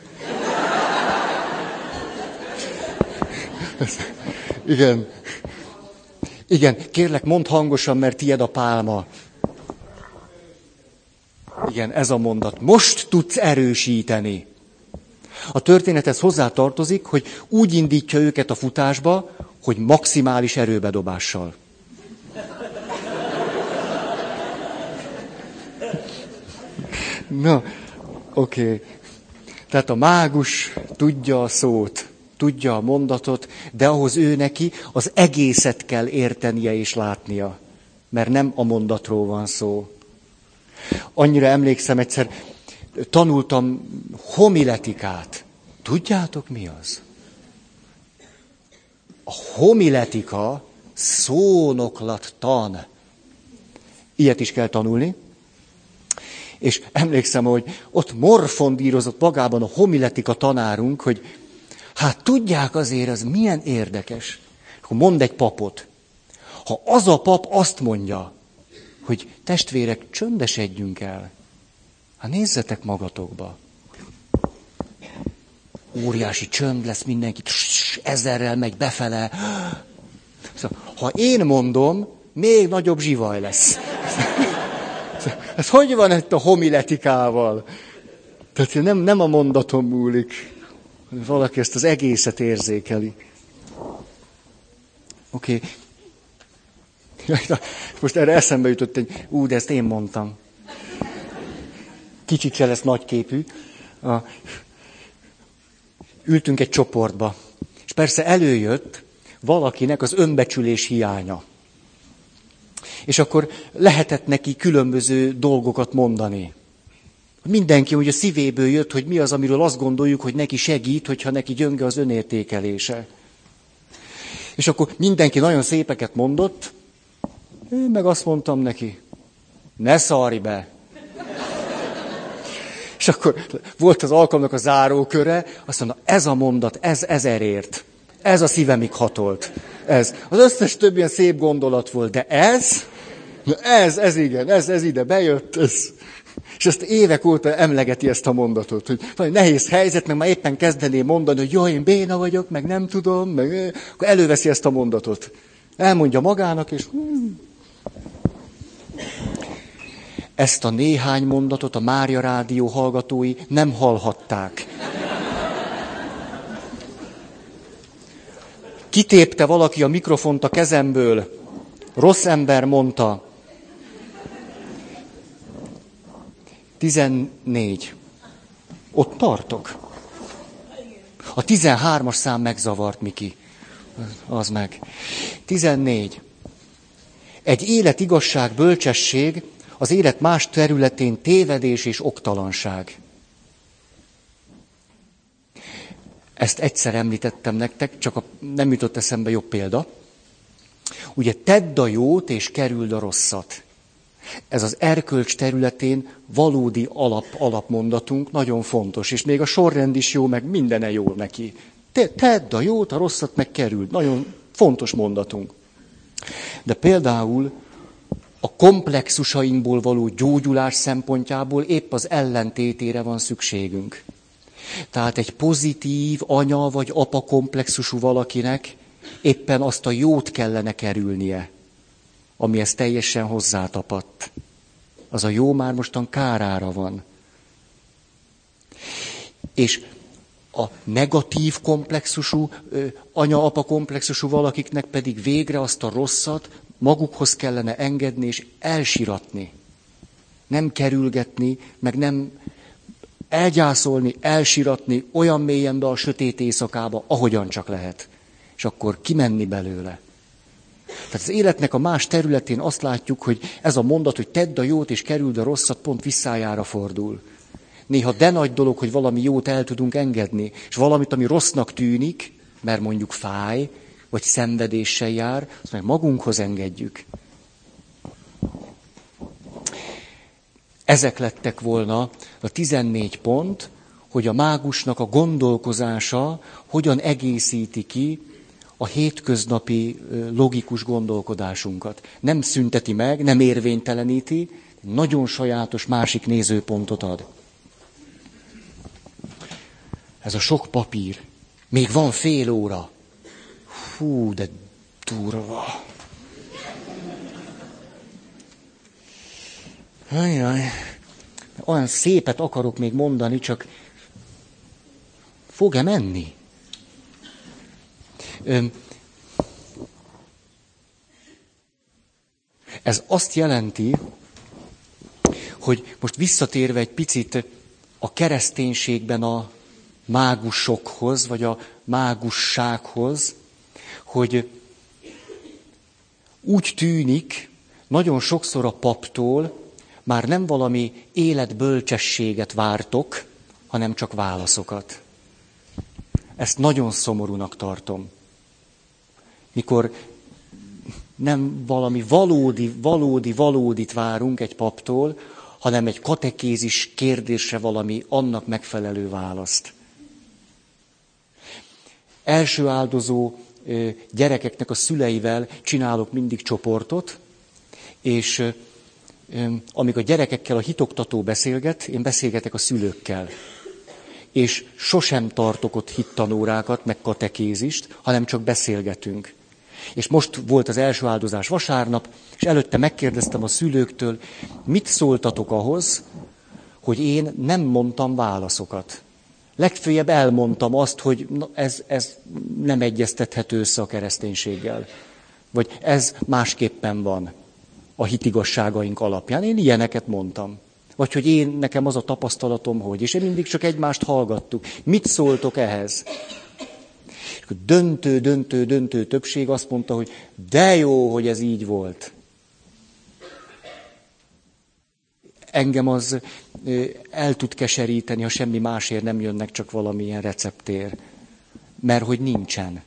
Speaker 1: Igen. Igen, kérlek, mondd hangosan, mert tied a pálma. Igen, ez a mondat. Most tudsz erősíteni. A történethez hozzá tartozik, hogy úgy indítja őket a futásba, hogy maximális erőbedobással. Na, oké. Tehát a mágus tudja a szót, tudja a mondatot, de ahhoz ő neki az egészet kell értenie és látnia. Mert nem a mondatról van szó. Annyira emlékszem, egyszer tanultam homiletikát. Tudjátok, mi az? A homiletika szónoklattan. Ilyet is kell tanulni. És emlékszem, hogy ott morfondírozott magában a homiletika tanárunk, hogy hát tudják azért, az milyen érdekes. Akkor mond egy papot. Ha az a pap azt mondja, hogy testvérek, csöndesedjünk el. Hát nézzetek magatokba. Óriási csönd lesz, mindenki ezerrel megy befele. Szóval, ha én mondom, még nagyobb zsivaj lesz. Ez hogy van itt a homiletikával? Tehát nem a mondaton múlik. Valaki ezt az egészet érzékeli. Oké. Most erre eszembe jutott egy, de ezt én mondtam. Kicsit se lesz nagyképű. Ültünk egy csoportba, és persze előjött valakinek az önbecsülés hiánya. És akkor lehetett neki különböző dolgokat mondani. Mindenki úgy a szívéből jött, hogy mi az, amiről azt gondoljuk, hogy neki segít, hogyha neki gyönge az önértékelése. És akkor mindenki nagyon szépeket mondott, én meg azt mondtam neki, ne szarj be. És akkor volt az alkalomnak a záróköre, azt mondta, ez a mondat, ez ezerért. Ez a szívemig hatolt. Ez. Az összes több ilyen szép gondolat volt, de ez igen, ez ide bejött. Ez. És ezt évek óta emlegeti ezt a mondatot, hogy valami nehéz helyzet, meg már éppen kezdeném mondani, hogy jó, én béna vagyok, meg nem tudom, meg... Akkor előveszi ezt a mondatot. Elmondja magának, és... Ezt a néhány mondatot a Mária Rádió hallgatói nem hallhatták. Kitépte valaki a mikrofont a kezemből. Rossz ember mondta. 14. Ott tartok. A 13-as szám megzavart, Miki. Az meg. 14. Egy élet, igazság, bölcsesség, az élet más területén tévedés és oktalanság. Ezt egyszer említettem nektek, csak nem jutott eszembe jobb példa. Ugye tedd a jót és kerüld a rosszat. Ez az erkölcs területén valódi alapmondatunk, nagyon fontos, és még a sorrend is jó, meg mindene jó neki. Tedd a jót, a rosszat meg kerüld. Nagyon fontos mondatunk. De például a komplexusainkból való gyógyulás szempontjából épp az ellentétére van szükségünk. Tehát egy pozitív anya vagy apa komplexusú valakinek éppen azt a jót kellene kerülnie, amihez teljesen hozzátapadt. Az a jó már mostan kárára van. És a negatív komplexusú, anya-apa komplexusú valakiknek pedig végre azt a rosszat magukhoz kellene engedni és elsiratni. Nem kerülgetni, meg nem elgyászolni, elsiratni olyan mélyen be a sötét éjszakába, ahogyan csak lehet. És akkor kimenni belőle. Tehát az életnek a más területén azt látjuk, hogy ez a mondat, hogy tedd a jót és kerüld a rosszat, pont visszájára fordul. Néha de nagy dolog, hogy valami jót el tudunk engedni, és valamit, ami rossznak tűnik, mert mondjuk fáj, vagy szenvedéssel jár, azt meg magunkhoz engedjük. Ezek lettek volna a 14 pont, hogy a mágusnak a gondolkozása hogyan egészíti ki a hétköznapi logikus gondolkodásunkat. Nem szünteti meg, nem érvényteleníti, nagyon sajátos másik nézőpontot ad. Ez a sok papír. Még van fél óra. Hú, de durva. Ajjaj. Olyan szépet akarok még mondani, csak fog-e menni? Ez azt jelenti, hogy most visszatérve egy picit a kereszténységben a mágusokhoz, vagy a mágussághoz, hogy úgy tűnik, nagyon sokszor a paptól már nem valami életbölcsességet vártok, hanem csak válaszokat. Ezt nagyon szomorúnak tartom. Mikor nem valami valódit várunk egy paptól, hanem egy katekézis kérdésre valami annak megfelelő választ. Első áldozó gyerekeknek a szüleivel csinálok mindig csoportot, és amíg a gyerekekkel a hitoktató beszélget, én beszélgetek a szülőkkel. És sosem tartok ott hittanórákat, meg katekézist, hanem csak beszélgetünk. És most volt az első áldozás vasárnap, és előtte megkérdeztem a szülőktől, mit szóltatok ahhoz, hogy én nem mondtam válaszokat. Legfőjebb elmondtam azt, hogy ez nem egyeztethető össze a kereszténységgel. Vagy ez másképpen van a hitigazságaink alapján. Én ilyeneket mondtam. Vagy hogy nekem az a tapasztalatom, hogy. És én mindig csak egymást hallgattuk. Mit szóltok ehhez? És döntő többség azt mondta, hogy de jó, hogy ez így volt. Engem az el tud keseríteni, ha semmi másért nem jönnek, csak valamilyen receptér. Mert hogy nincsen.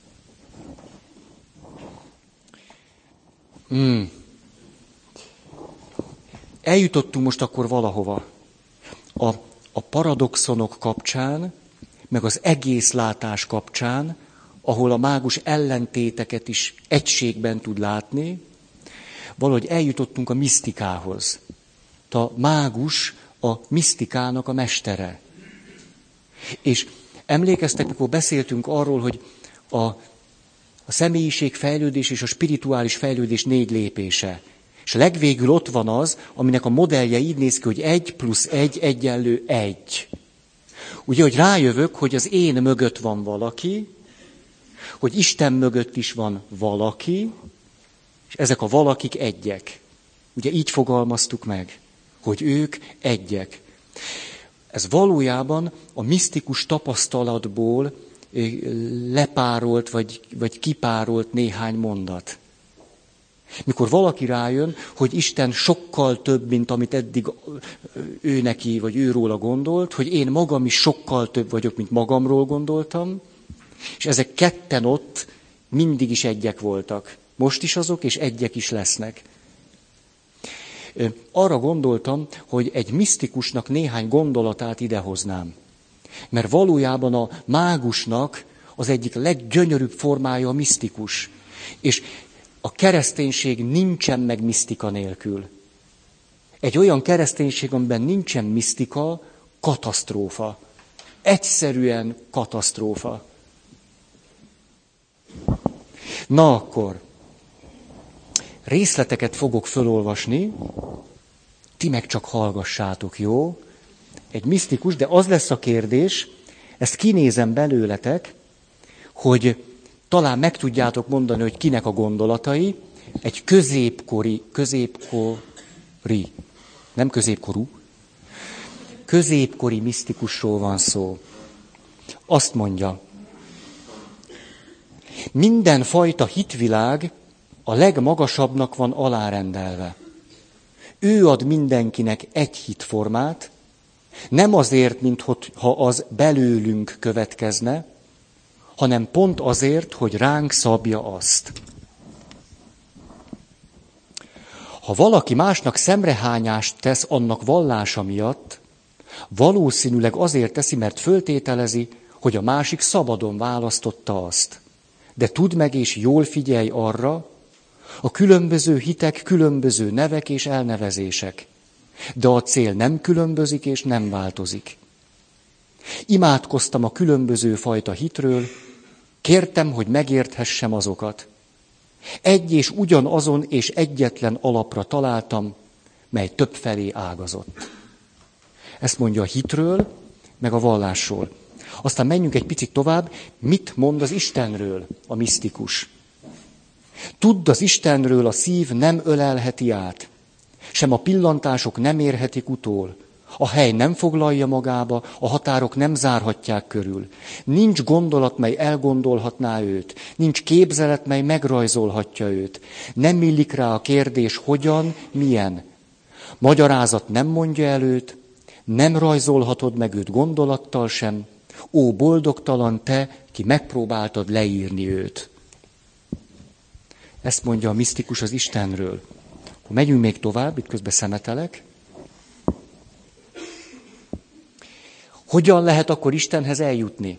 Speaker 1: Eljutottunk most akkor valahova. A paradoxonok kapcsán, meg az egészlátás kapcsán, ahol a mágus ellentéteket is egységben tud látni, valahogy eljutottunk a misztikához. A mágus a misztikának a mestere. És emlékeztek, mikor beszéltünk arról, hogy a személyiségfejlődés és a spirituális fejlődés 4 lépése. És legvégül ott van az, aminek a modellje így néz ki, hogy 1 + 1 = 1. Ugye, hogy rájövök, hogy az én mögött van valaki, hogy Isten mögött is van valaki, és ezek a valakik egyek. Ugye így fogalmaztuk meg, hogy ők egyek. Ez valójában a misztikus tapasztalatból lepárolt, vagy kipárolt néhány mondat. Mikor valaki rájön, hogy Isten sokkal több, mint amit eddig ő neki, vagy ő róla gondolt, hogy én magam is sokkal több vagyok, mint magamról gondoltam, és ezek ketten ott mindig is egyek voltak. Most is azok, és egyek is lesznek. Arra gondoltam, hogy egy misztikusnak néhány gondolatát idehoznám. Mert valójában a mágusnak az egyik leggyönyörűbb formája a misztikus. És a kereszténység nincsen meg misztika nélkül. Egy olyan kereszténység, amiben nincsen misztika, katasztrófa. Egyszerűen katasztrófa. Na akkor, részleteket fogok fölolvasni, ti meg csak hallgassátok, jó? Egy misztikus, de az lesz a kérdés, ezt kinézem belőletek, hogy talán meg tudjátok mondani, hogy kinek a gondolatai, egy középkori, nem középkorú, középkori misztikusról van szó. Azt mondja, mindenfajta hitvilág a legmagasabbnak van alárendelve. Ő ad mindenkinek egy hitformát, nem azért, mintha az belőlünk következne, hanem pont azért, hogy ránk szabja azt. Ha valaki másnak szemrehányást tesz annak vallása miatt, valószínűleg azért teszi, mert föltételezi, hogy a másik szabadon választotta azt. De tudd meg és jól figyelj arra, a különböző hitek különböző nevek és elnevezések, de a cél nem különbözik és nem változik. Imádkoztam a különböző fajta hitről, kértem, hogy megérthessem azokat. Egy és ugyanazon és egyetlen alapra találtam, mely többfelé ágazott. Ezt mondja a hitről, meg a vallásról. Aztán menjünk egy picit tovább, mit mond az Istenről a misztikus. Tudd, az Istenről a szív nem ölelheti át, sem a pillantások nem érhetik utól. A hely nem foglalja magába, a határok nem zárhatják körül. Nincs gondolat, mely elgondolhatná őt. Nincs képzelet, mely megrajzolhatja őt. Nem illik rá a kérdés, hogyan, milyen. Magyarázat nem mondja el őt, nem rajzolhatod meg őt gondolattal sem. Ó, boldogtalan te, ki megpróbáltad leírni őt. Ezt mondja a misztikus az Istenről. Megyünk még tovább, itt közben szemetelek. Hogyan lehet akkor Istenhez eljutni?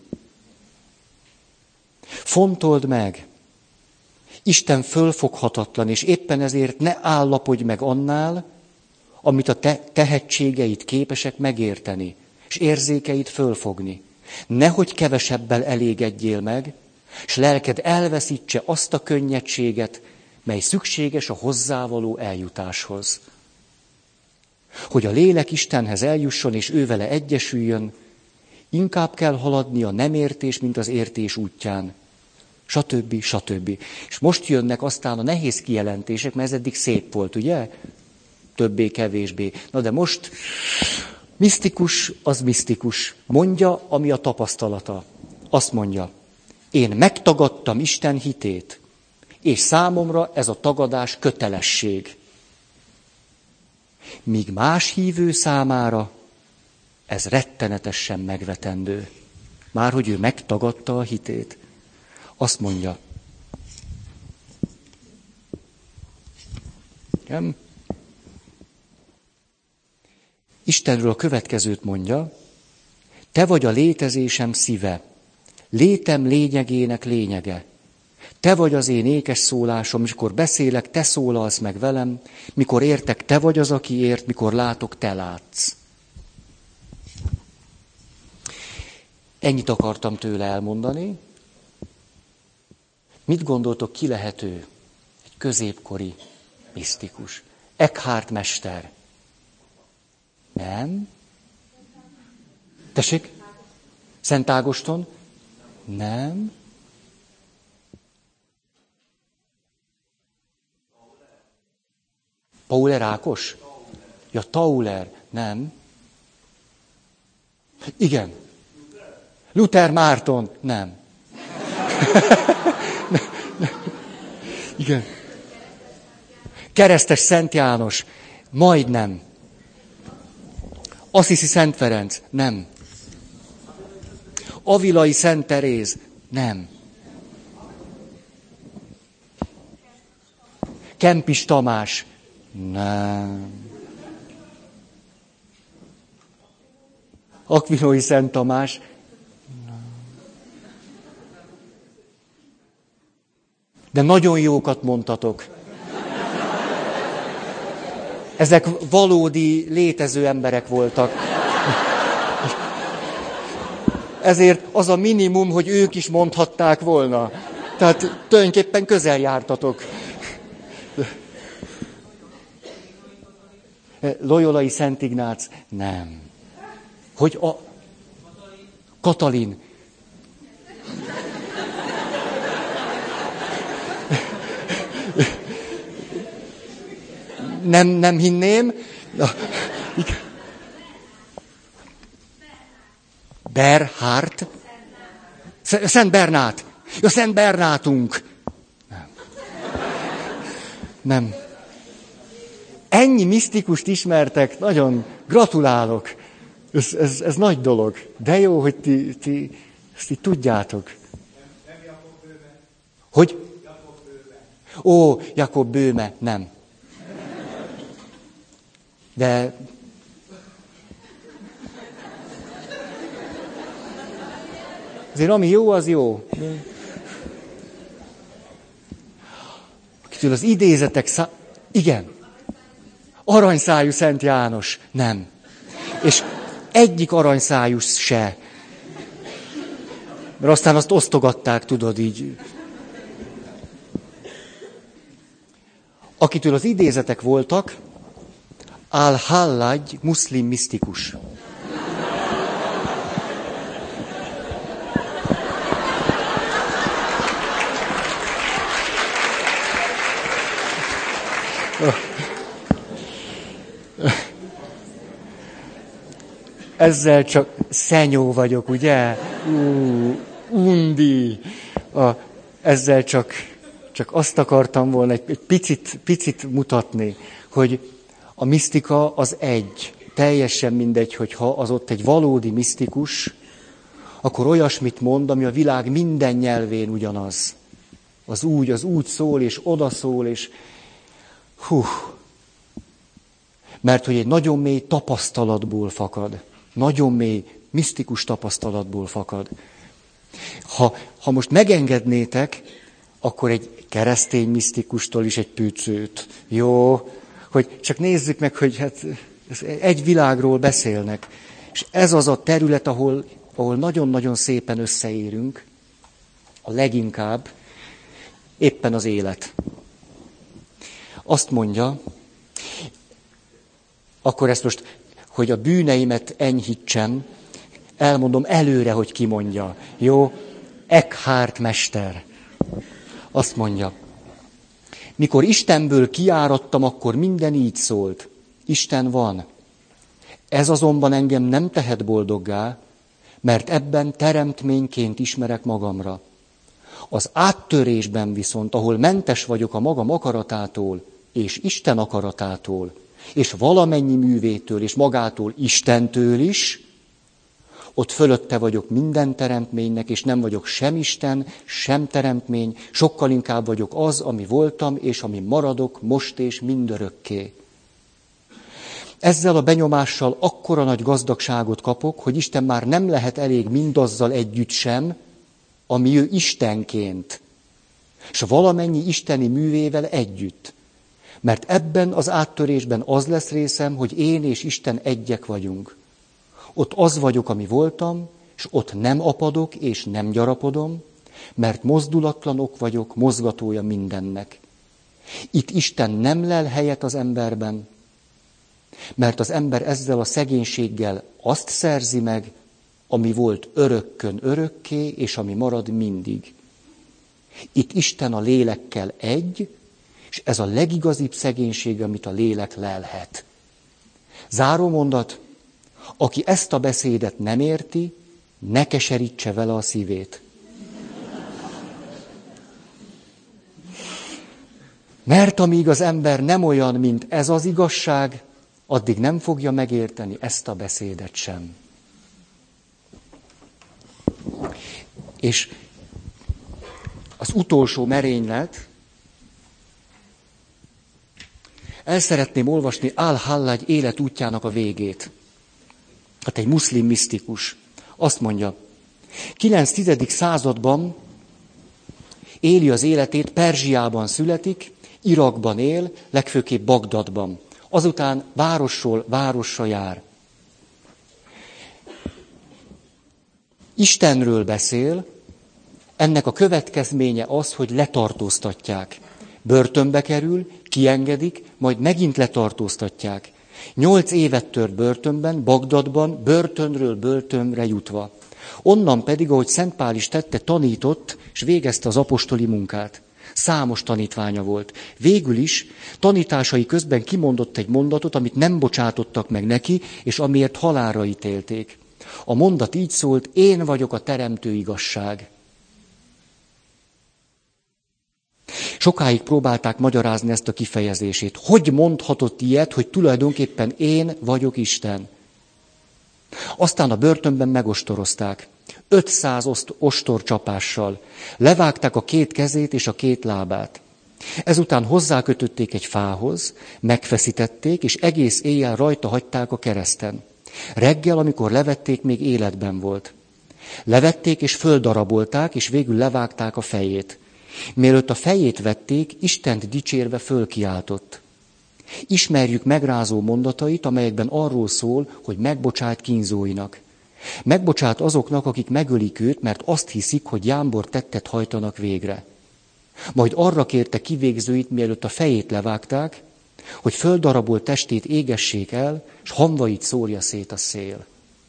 Speaker 1: Fontold meg. Isten fölfoghatatlan, és éppen ezért ne állapodj meg annál, amit a te tehetségeid képesek megérteni, és érzékeid fölfogni. Nehogy kevesebbel elégedjél meg, s lelked elveszítse azt a könnyedséget, mely szükséges a hozzávaló eljutáshoz. Hogy a lélek Istenhez eljusson, és ő vele egyesüljön, inkább kell haladni a nem értés, mint az értés útján. Stb. Stb. És most jönnek aztán a nehéz kijelentések, mert ez eddig szép volt, ugye? Többé-kevésbé. Na de most misztikus az misztikus. Mondja, ami a tapasztalata. Azt mondja, én megtagadtam Isten hitét, és számomra ez a tagadás kötelesség. Míg más hívő számára ez rettenetesen megvetendő. Már hogy ő megtagadta a hitét. Azt mondja. Nem? Istenről a következőt mondja. Te vagy a létezésem szíve, létem lényegének lényege. Te vagy az én ékes szólásom, mikor beszélek, te szólalsz meg velem, mikor értek, te vagy az, aki ért, mikor látok, te látsz. Ennyit akartam tőle elmondani. Mit gondoltok, ki lehet ő? Egy középkori misztikus. Eckhart mester. Nem? Tessék? Szent Ágoston? Nem? Pauler Ákos? Ja, Tauler. Nem. Igen. Luther Márton. Nem. Igen. Keresztes Szent János. Majdnem. Assisi Szent Ferenc. Nem. Avilai Szent Teréz. Nem. Kempis Tamás. Nem. Akvinói Szent Tamás. Nem. De nagyon jókat mondtatok. Ezek valódi, létező emberek voltak. Ezért az a minimum, hogy ők is mondhatták volna. Tehát tulajdonképpen közel jártatok. Loyolai Szent Ignác? Nem. Hogy a... Katalin. Nem hinném. Berhard. Szent Bernát. Ja, Szent Bernátunk. Nem. Ennyi misztikust ismertek, nagyon gratulálok. Ez nagy dolog. De jó, hogy ti ezt így tudjátok. Hogy? Ó, Jakob Böhme, nem. De... Azért ami jó, az jó. Akitől az idézetek igen. Aranyszájú Szent János. Nem. És egyik aranyszájú se. Mert aztán azt osztogatták, tudod, így. Akitől az idézetek voltak, Al-Hallaj muszlim misztikus. Ezzel csak szenyó vagyok, ugye? Undi. Ezzel csak azt akartam volna egy picit mutatni, hogy a misztika az egy. Teljesen mindegy, hogyha az ott egy valódi misztikus, akkor olyasmit mond, ami a világ minden nyelvén ugyanaz. Az úgy szól, és oda szól, és... Mert hogy egy nagyon mély tapasztalatból fakad. Nagyon mély, misztikus tapasztalatból fakad. Ha most megengednétek, akkor egy keresztény misztikustól is egy pücőt. Jó? Hogy csak nézzük meg, hogy hát egy világról beszélnek. És ez az a terület, ahol nagyon-nagyon szépen összeérünk, a leginkább éppen az élet. Azt mondja, akkor ezt most, hogy a bűneimet enyhítsem, elmondom előre, hogy ki mondja. Jó? Eckhart mester. Azt mondja, mikor Istenből kiáradtam, akkor minden így szólt. Isten van. Ez azonban engem nem tehet boldoggá, mert ebben teremtményként ismerek magamra. Az áttörésben viszont, ahol mentes vagyok a magam akaratától, és Isten akaratától, és valamennyi művétől, és magától Istentől is, ott fölötte vagyok minden teremtménynek, és nem vagyok sem Isten, sem teremtmény, sokkal inkább vagyok az, ami voltam, és ami maradok most és mindörökké. Ezzel a benyomással akkora nagy gazdagságot kapok, hogy Isten már nem lehet elég mindazzal együtt sem, ami ő Istenként, és valamennyi isteni művével együtt. Mert ebben az áttörésben az lesz részem, hogy én és Isten egyek vagyunk. Ott az vagyok, ami voltam, és ott nem apadok és nem gyarapodom, mert mozdulatlanok vagyok, mozgatója mindennek. Itt Isten nem lel helyet az emberben, mert az ember ezzel a szegénységgel azt szerzi meg, ami volt örökkön örökké, és ami marad mindig. Itt Isten a lélekkel egy, és ez a legigazibb szegénység, amit a lélek lelhet. Záró mondat, aki ezt a beszédet nem érti, ne keserítse vele a szívét. Mert amíg az ember nem olyan, mint ez az igazság, addig nem fogja megérteni ezt a beszédet sem. És az utolsó merénylet, el szeretném olvasni Al-Hallaj életútjának a végét. Hát egy muszlim misztikus. Azt mondja, 9.-10. században Éli az életét, Perzsiában születik, Irakban él, legfőképp Bagdadban. Azután városról városra jár. Istenről beszél, ennek a következménye az, hogy letartóztatják. Börtönbe kerül, kiengedik, majd megint letartóztatják. 8 évet tört börtönben, Bagdadban, börtönről börtönre jutva. Onnan pedig, ahogy Szent Pál is tette, tanított, és végezte az apostoli munkát. Számos tanítványa volt. Végül is tanításai közben kimondott egy mondatot, amit nem bocsátottak meg neki, és amiért halálra ítélték. A mondat így szólt: én vagyok a teremtő igazság. Sokáig próbálták magyarázni ezt a kifejezését. Hogy mondhatott ilyet, hogy tulajdonképpen én vagyok Isten? Aztán a börtönben megostorozták. 500 ostorcsapással. Levágták a 2 kezét és a 2 lábát. Ezután hozzákötötték egy fához, megfeszítették, és egész éjjel rajta hagyták a kereszten. Reggel, amikor levették, még életben volt. Levették és földarabolták, és végül levágták a fejét. Mielőtt a fejét vették, Istent dicsérve fölkiáltott. Ismerjük megrázó mondatait, amelyekben arról szól, hogy megbocsát kínzóinak. Megbocsát azoknak, akik megölik őt, mert azt hiszik, hogy jámbor tettet hajtanak végre. Majd arra kérte kivégzőit, mielőtt a fejét levágták, hogy földarabolt testét égessék el, s hamvait szórja szét a szél.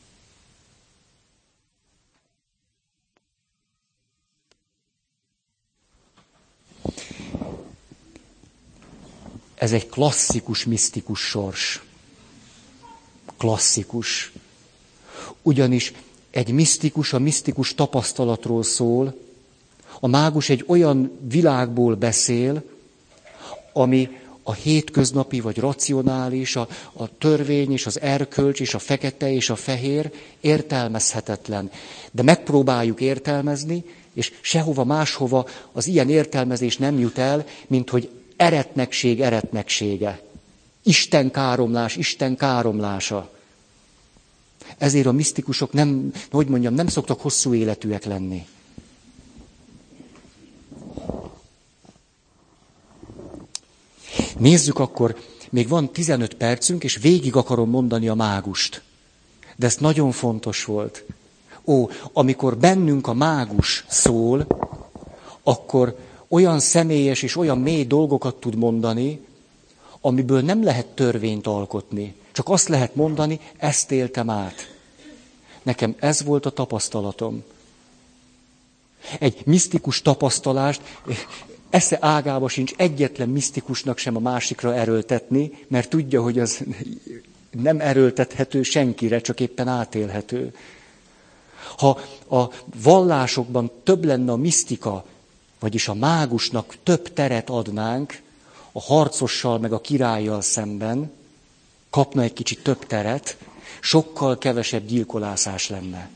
Speaker 1: Ez egy klasszikus, misztikus sors. Klasszikus. Ugyanis egy misztikus a misztikus tapasztalatról szól, a mágus egy olyan világból beszél, ami a hétköznapi vagy racionális, a törvény és az erkölcs és a fekete és a fehér értelmezhetetlen. De megpróbáljuk értelmezni, és sehova máshova az ilyen értelmezés nem jut el, mint hogy eretnekség eretneksége. Isten káromlás, Isten káromlása. Ezért a misztikusok nem szoktak hosszú életűek lenni. Nézzük akkor, még van 15 percünk, és végig akarom mondani a mágust. De ez nagyon fontos volt. Amikor bennünk a mágus szól, akkor olyan személyes és olyan mély dolgokat tud mondani, amiből nem lehet törvényt alkotni. Csak azt lehet mondani, ezt éltem át. Nekem ez volt a tapasztalatom. Egy misztikus tapasztalást esze ágába sincs egyetlen misztikusnak sem a másikra erőltetni, mert tudja, hogy az nem erőltethető senkire, csak éppen átélhető. Ha a vallásokban több lenne a misztika, vagyis a mágusnak több teret adnánk, a harcossal meg a királlyal szemben, kapna egy kicsit több teret, sokkal kevesebb gyilkolászás lenne.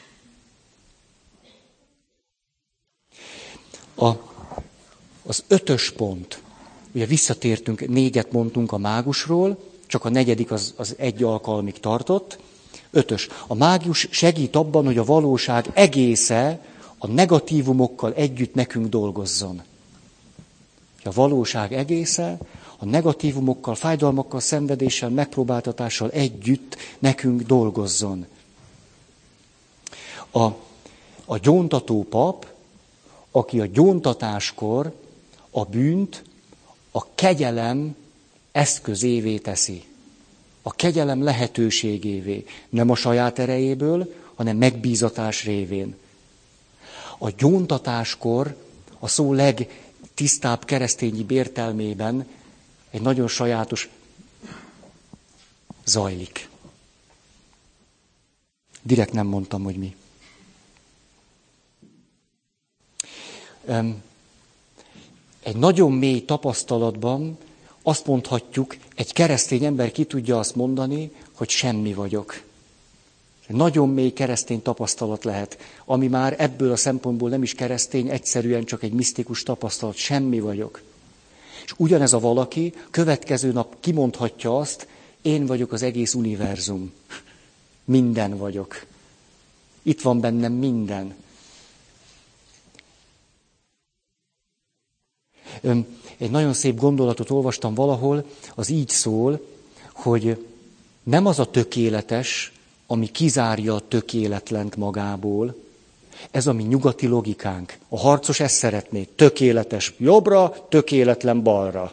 Speaker 1: Az 5. pont. Ugye visszatértünk, 4 mondtunk a mágusról, csak a 4. az 1 alkalmig tartott. 5. A mágus segít abban, hogy a valóság egésze a negatívumokkal együtt nekünk dolgozzon. A valóság egésze a negatívumokkal, fájdalmakkal, szenvedéssel, megpróbáltatással együtt nekünk dolgozzon. A gyóntató pap, aki a gyóntatáskor a bűnt a kegyelem eszközévé teszi. A kegyelem lehetőségévé. Nem a saját erejéből, hanem megbízatás révén. A gyóntatáskor a szó legtisztább keresztényi értelmében egy nagyon sajátos zajlik. Direkt nem mondtam, hogy mi. Egy nagyon mély tapasztalatban azt mondhatjuk, egy keresztény ember ki tudja azt mondani, hogy semmi vagyok. Nagyon mély keresztény tapasztalat lehet, ami már ebből a szempontból nem is keresztény, egyszerűen csak egy misztikus tapasztalat, semmi vagyok. És ugyanez a valaki következő nap kimondhatja azt, én vagyok az egész univerzum. Minden vagyok. Itt van bennem minden. Egy nagyon szép gondolatot olvastam valahol, az így szól, hogy nem az a tökéletes, ami kizárja a tökéletlent magából, ez a mi nyugati logikánk. A harcos ezt szeretné, tökéletes jobbra, tökéletlen balra.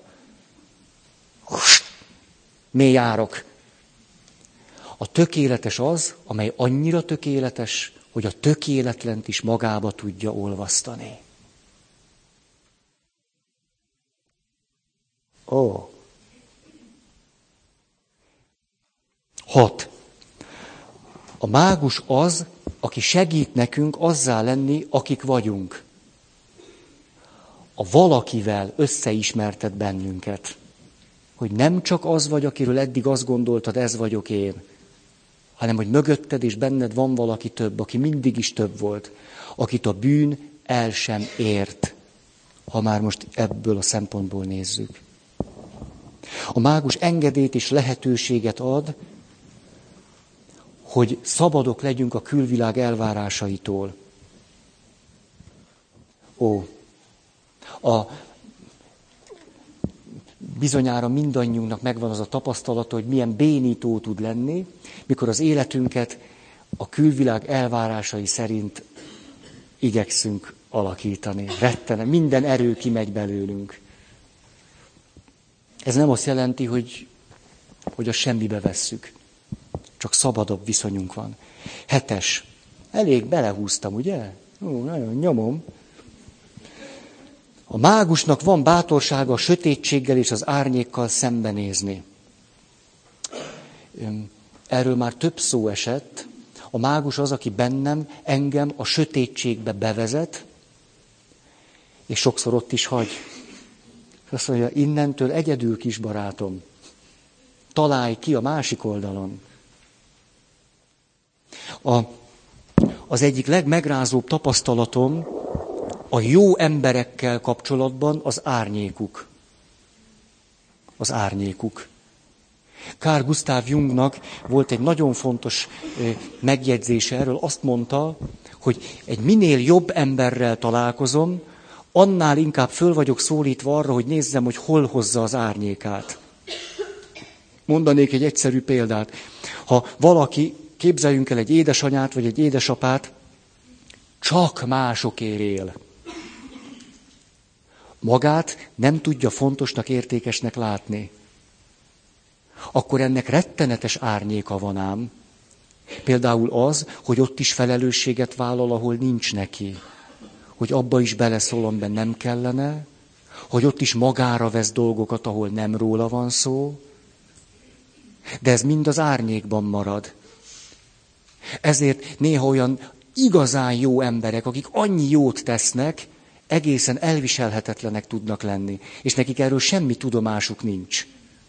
Speaker 1: Mély árok. A tökéletes az, amely annyira tökéletes, hogy a tökéletlent is magába tudja olvasztani. Ó. 6. A mágus az, aki segít nekünk azzá lenni, akik vagyunk. A valakivel összeismertet bennünket. Hogy nem csak az vagy, akiről eddig azt gondoltad, ez vagyok én, hanem hogy mögötted és benned van valaki több, aki mindig is több volt, akit a bűn el sem ért, ha már most ebből a szempontból nézzük. A mágus engedélyt és lehetőséget ad, hogy szabadok legyünk a külvilág elvárásaitól. Bizonyára mindannyiunknak megvan az a tapasztalata, hogy milyen bénító tud lenni, mikor az életünket a külvilág elvárásai szerint igyekszünk alakítani. Rettene, minden erő kimegy belőlünk. Ez nem azt jelenti, hogy a semmibe vesszük. Csak szabadabb viszonyunk van. 7. Elég belehúztam, ugye? Nagyon nyomom. A mágusnak van bátorsága a sötétséggel és az árnyékkal szembenézni. Erről már több szó esett. A mágus az, aki engem a sötétségbe bevezet, és sokszor ott is hagy. Azt mondja, innentől egyedül, kis barátom. Találj ki a másik oldalon. Az egyik legmegrázóbb tapasztalatom a jó emberekkel kapcsolatban az árnyékuk. Az árnyékuk. Carl Gustav Jungnak volt egy nagyon fontos megjegyzése erről. Azt mondta, hogy egy minél jobb emberrel találkozom, annál inkább föl vagyok szólítva arra, hogy nézzem, hogy hol hozza az árnyékát. Mondanék egy egyszerű példát. Ha valaki, képzeljünk el egy édesanyát vagy egy édesapát, csak másokért él. Magát nem tudja fontosnak, értékesnek látni. Akkor ennek rettenetes árnyéka van ám. Például az, hogy ott is felelősséget vállal, ahol nincs neki. Hogy abba is beleszól, amiben nem kellene. Hogy ott is magára vesz dolgokat, ahol nem róla van szó. De ez mind az árnyékban marad. Ezért néha olyan igazán jó emberek, akik annyi jót tesznek, egészen elviselhetetlenek tudnak lenni. És nekik erről semmi tudomásuk nincs.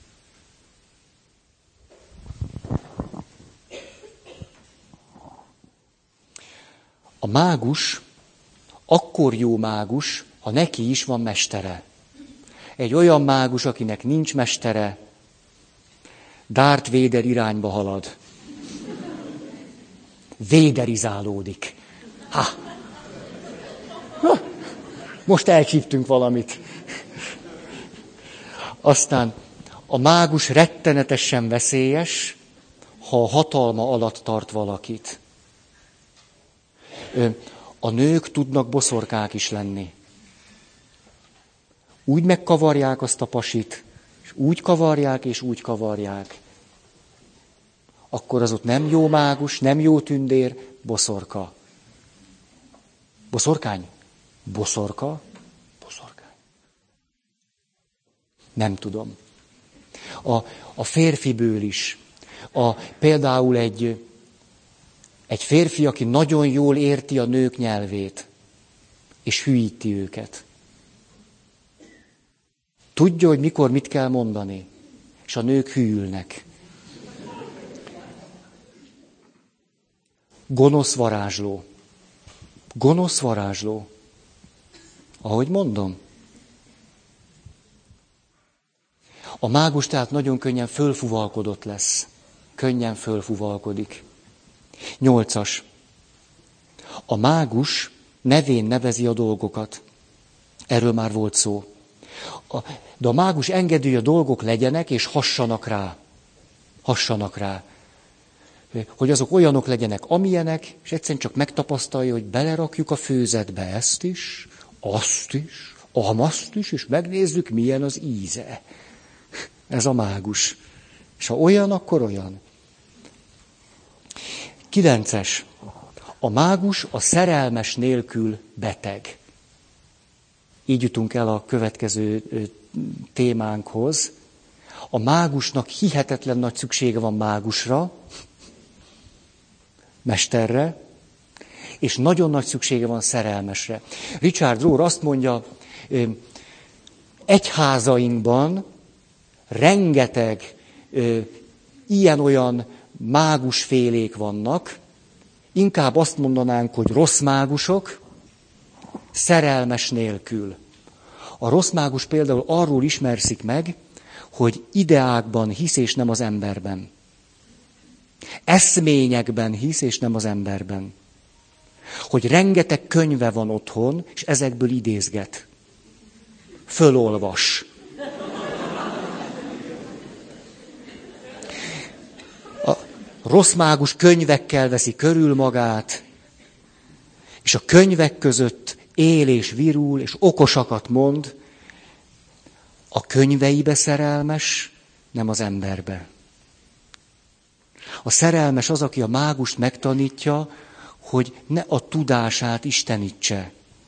Speaker 1: A mágus akkor jó mágus, ha neki is van mestere. Egy olyan mágus, akinek nincs mestere, Darth Vader irányba halad. Véderizálódik. Most elcsíptünk valamit. Aztán a mágus rettenetesen veszélyes, ha a hatalma alatt tart valakit. A nők tudnak boszorkák is lenni. Úgy megkavarják azt a pasit, és úgy kavarják, és úgy kavarják. Akkor az ott nem jó mágus, nem jó tündér, boszorka. Boszorkány? Boszorka? Boszorkány. Nem tudom. A férfiből is. Például egy férfi, aki nagyon jól érti a nők nyelvét, és hülyíti őket. Tudja, hogy mikor mit kell mondani, és a nők hűlnek. Gonosz varázsló. Gonosz varázsló. Ahogy mondom. A mágus tehát nagyon könnyen fölfuvalkodott lesz. Könnyen fölfuvalkodik. 8. A mágus nevén nevezi a dolgokat. Erről már volt szó. De a mágus engedi, hogy a dolgok legyenek, és hassanak rá. Hassanak rá. Hogy azok olyanok legyenek, amilyenek, és egyszerűen csak megtapasztalja, hogy belerakjuk a főzetbe ezt is, azt is, amazt is, és megnézzük, milyen az íze. Ez a mágus. És ha olyan, akkor olyan. 9. A mágus a szerelmes nélkül beteg. Így jutunk el a következő témánkhoz. A mágusnak hihetetlen nagy szüksége van mágusra, mesterre, és nagyon nagy szüksége van szerelmesre. Richard Rohr azt mondja, egyházainkban rengeteg ilyen-olyan mágusfélék vannak, inkább azt mondanánk, hogy rossz mágusok, szerelmes nélkül. A rossz mágus például arról ismerszik meg, hogy ideákban hisz, és nem az emberben. Eszményekben hisz, és nem az emberben. Hogy rengeteg könyve van otthon, és ezekből idézget. Fölolvas. A rossz mágus könyvekkel veszi körül magát, és a könyvek között él és virul, és okosakat mond. A könyveibe szerelmes, nem az emberbe. A szerelmes az, aki a mágust megtanítja, hogy ne a tudását istenítse.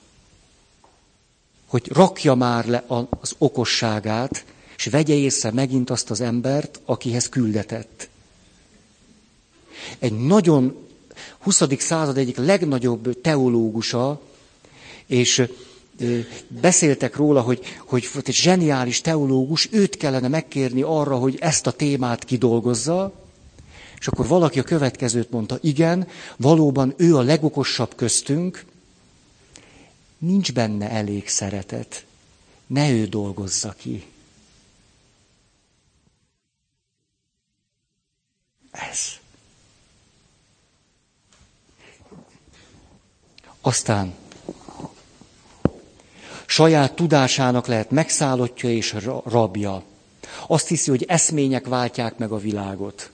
Speaker 1: Hogy rakja már le az okosságát, és vegye észre megint azt az embert, akihez küldetett. Egy nagyon 20. század egyik legnagyobb teológusa, és beszéltek róla, hogy egy zseniális teológus, őt kellene megkérni arra, hogy ezt a témát kidolgozza, és akkor valaki a következőt mondta, igen, valóban ő a legokosabb köztünk, nincs benne elég szeretet, ne ő dolgozza ki. Ez. Aztán saját tudásának lehet megszállottja és rabja. Azt hiszi, hogy eszmények váltják meg a világot.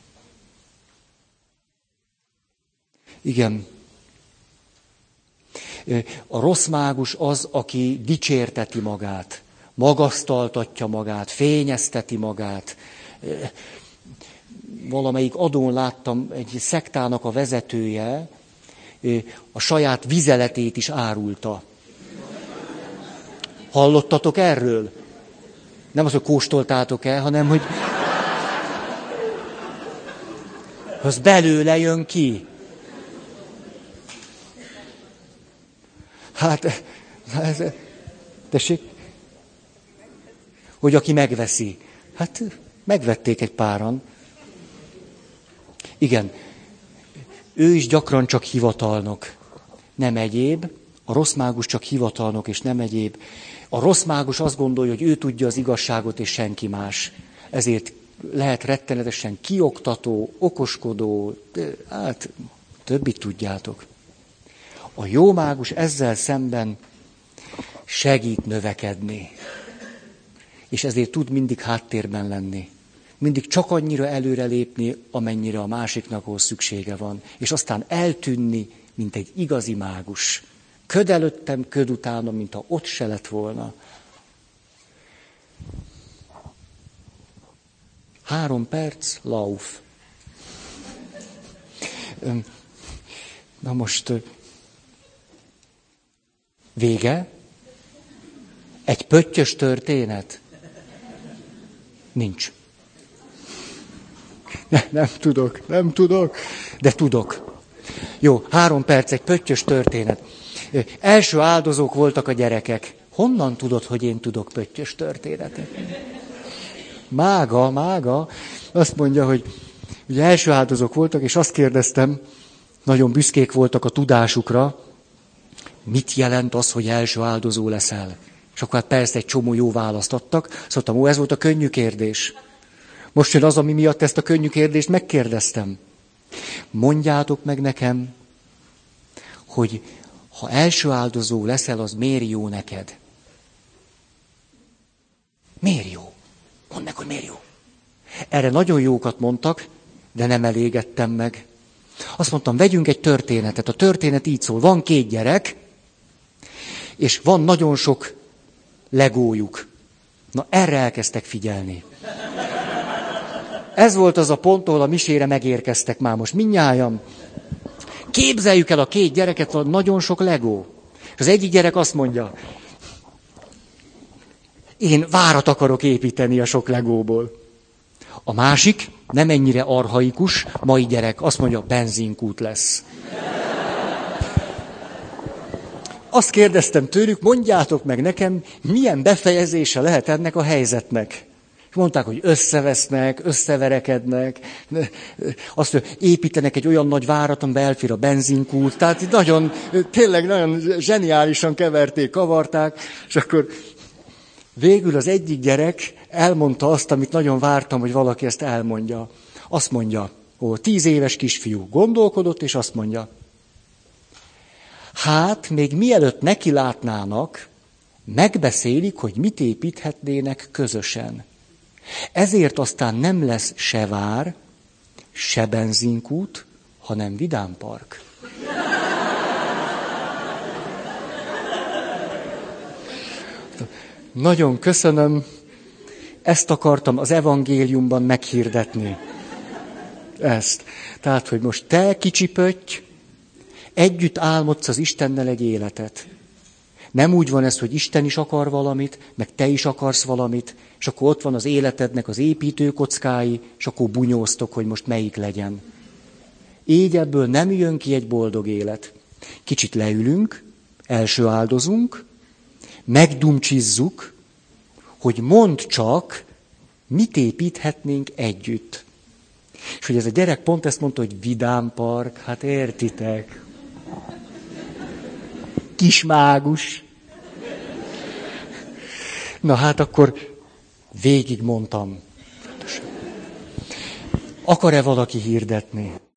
Speaker 1: Igen. A rossz mágus az, aki dicsérteti magát, magasztaltatja magát, fényezteti magát. Valamelyik adón láttam egy szektának a vezetője, a saját vizeletét is árulta. Hallottatok erről? Nem az, hogy kóstoltátok el, hanem, hogy az belőle jön ki. Hát, tessék, hogy aki megveszi. Hát, megvették egy páran. Igen, ő is gyakran csak hivatalnok, nem egyéb. A rossz mágus csak hivatalnok, és nem egyéb. A rossz mágus azt gondolja, hogy ő tudja az igazságot, és senki más. Ezért lehet rettenetesen kioktató, okoskodó, hát többit tudjátok. A jó mágus ezzel szemben segít növekedni. És ezért tud mindig háttérben lenni. Mindig csak annyira előrelépni, amennyire a másiknak ahhoz szüksége van. És aztán eltűnni, mint egy igazi mágus. Köd előttem, köd utána, mint ha ott se lett volna. 3 perc, lauf. Na most vége? Egy pöttyös történet? Nincs. Nem tudok, de tudok. Jó, 3 perc, egy pöttyös történet. Első áldozók voltak a gyerekek. Honnan tudod, hogy én tudok pöttyös történetet? Mága. Azt mondja, hogy ugye első áldozók voltak, és azt kérdeztem, nagyon büszkék voltak a tudásukra, mit jelent az, hogy első áldozó leszel? És akkor hát persze egy csomó jó választ adtak. Szóval ez volt a könnyű kérdés. Most jön az, ami miatt ezt a könnyű kérdést megkérdeztem. Mondjátok meg nekem, hogy ha első áldozó leszel, az miért jó neked? Miért jó? Mondd meg, hogy miért jó. Erre nagyon jókat mondtak, de nem elégedtem meg. Azt mondtam, vegyünk egy történetet. A történet így szól. Van 2 gyerek, és van nagyon sok legójuk. Na, erre elkezdtek figyelni. Ez volt az a pont, ahol a misére megérkeztek már most mindnyájan. Képzeljük el a 2 gyereket, van nagyon sok legó. És az egyik gyerek azt mondja, én várat akarok építeni a sok legóból. A másik, nem ennyire archaikus, mai gyerek, azt mondja, benzinkút lesz. Azt kérdeztem tőlük, mondjátok meg nekem, milyen befejezése lehet ennek a helyzetnek. És mondták, hogy összevesznek, összeverekednek, azt mondja, építenek egy olyan nagy várat, amiben elfér a benzinkút. Tehát nagyon, tényleg nagyon zseniálisan keverték, kavarták, és akkor végül az egyik gyerek elmondta azt, amit nagyon vártam, hogy valaki ezt elmondja. Azt mondja, 10 éves kisfiú gondolkodott, és azt mondja, hát még mielőtt nekilátnának, megbeszélik, hogy mit építhetnének közösen. Ezért aztán nem lesz se vár, se benzinkút, hanem vidámpark. Nagyon köszönöm, ezt akartam az evangéliumban meghirdetni. Ezt. Tehát, hogy most te, kicsi pötty, együtt álmodsz az Istennel egy életet. Nem úgy van ez, hogy Isten is akar valamit, meg te is akarsz valamit, és akkor ott van az életednek az építőkockái, és akkor bunyóztok, hogy most melyik legyen. Így ebből nem jön ki egy boldog élet. Kicsit leülünk, első áldozunk, megdumcsizzuk, hogy mondd csak, mit építhetnénk együtt. És hogy ez a gyerek pont ezt mondta, hogy vidámpark, hát értitek. Kismágus. Na hát akkor végigmondtam. Akar-e valaki hirdetni?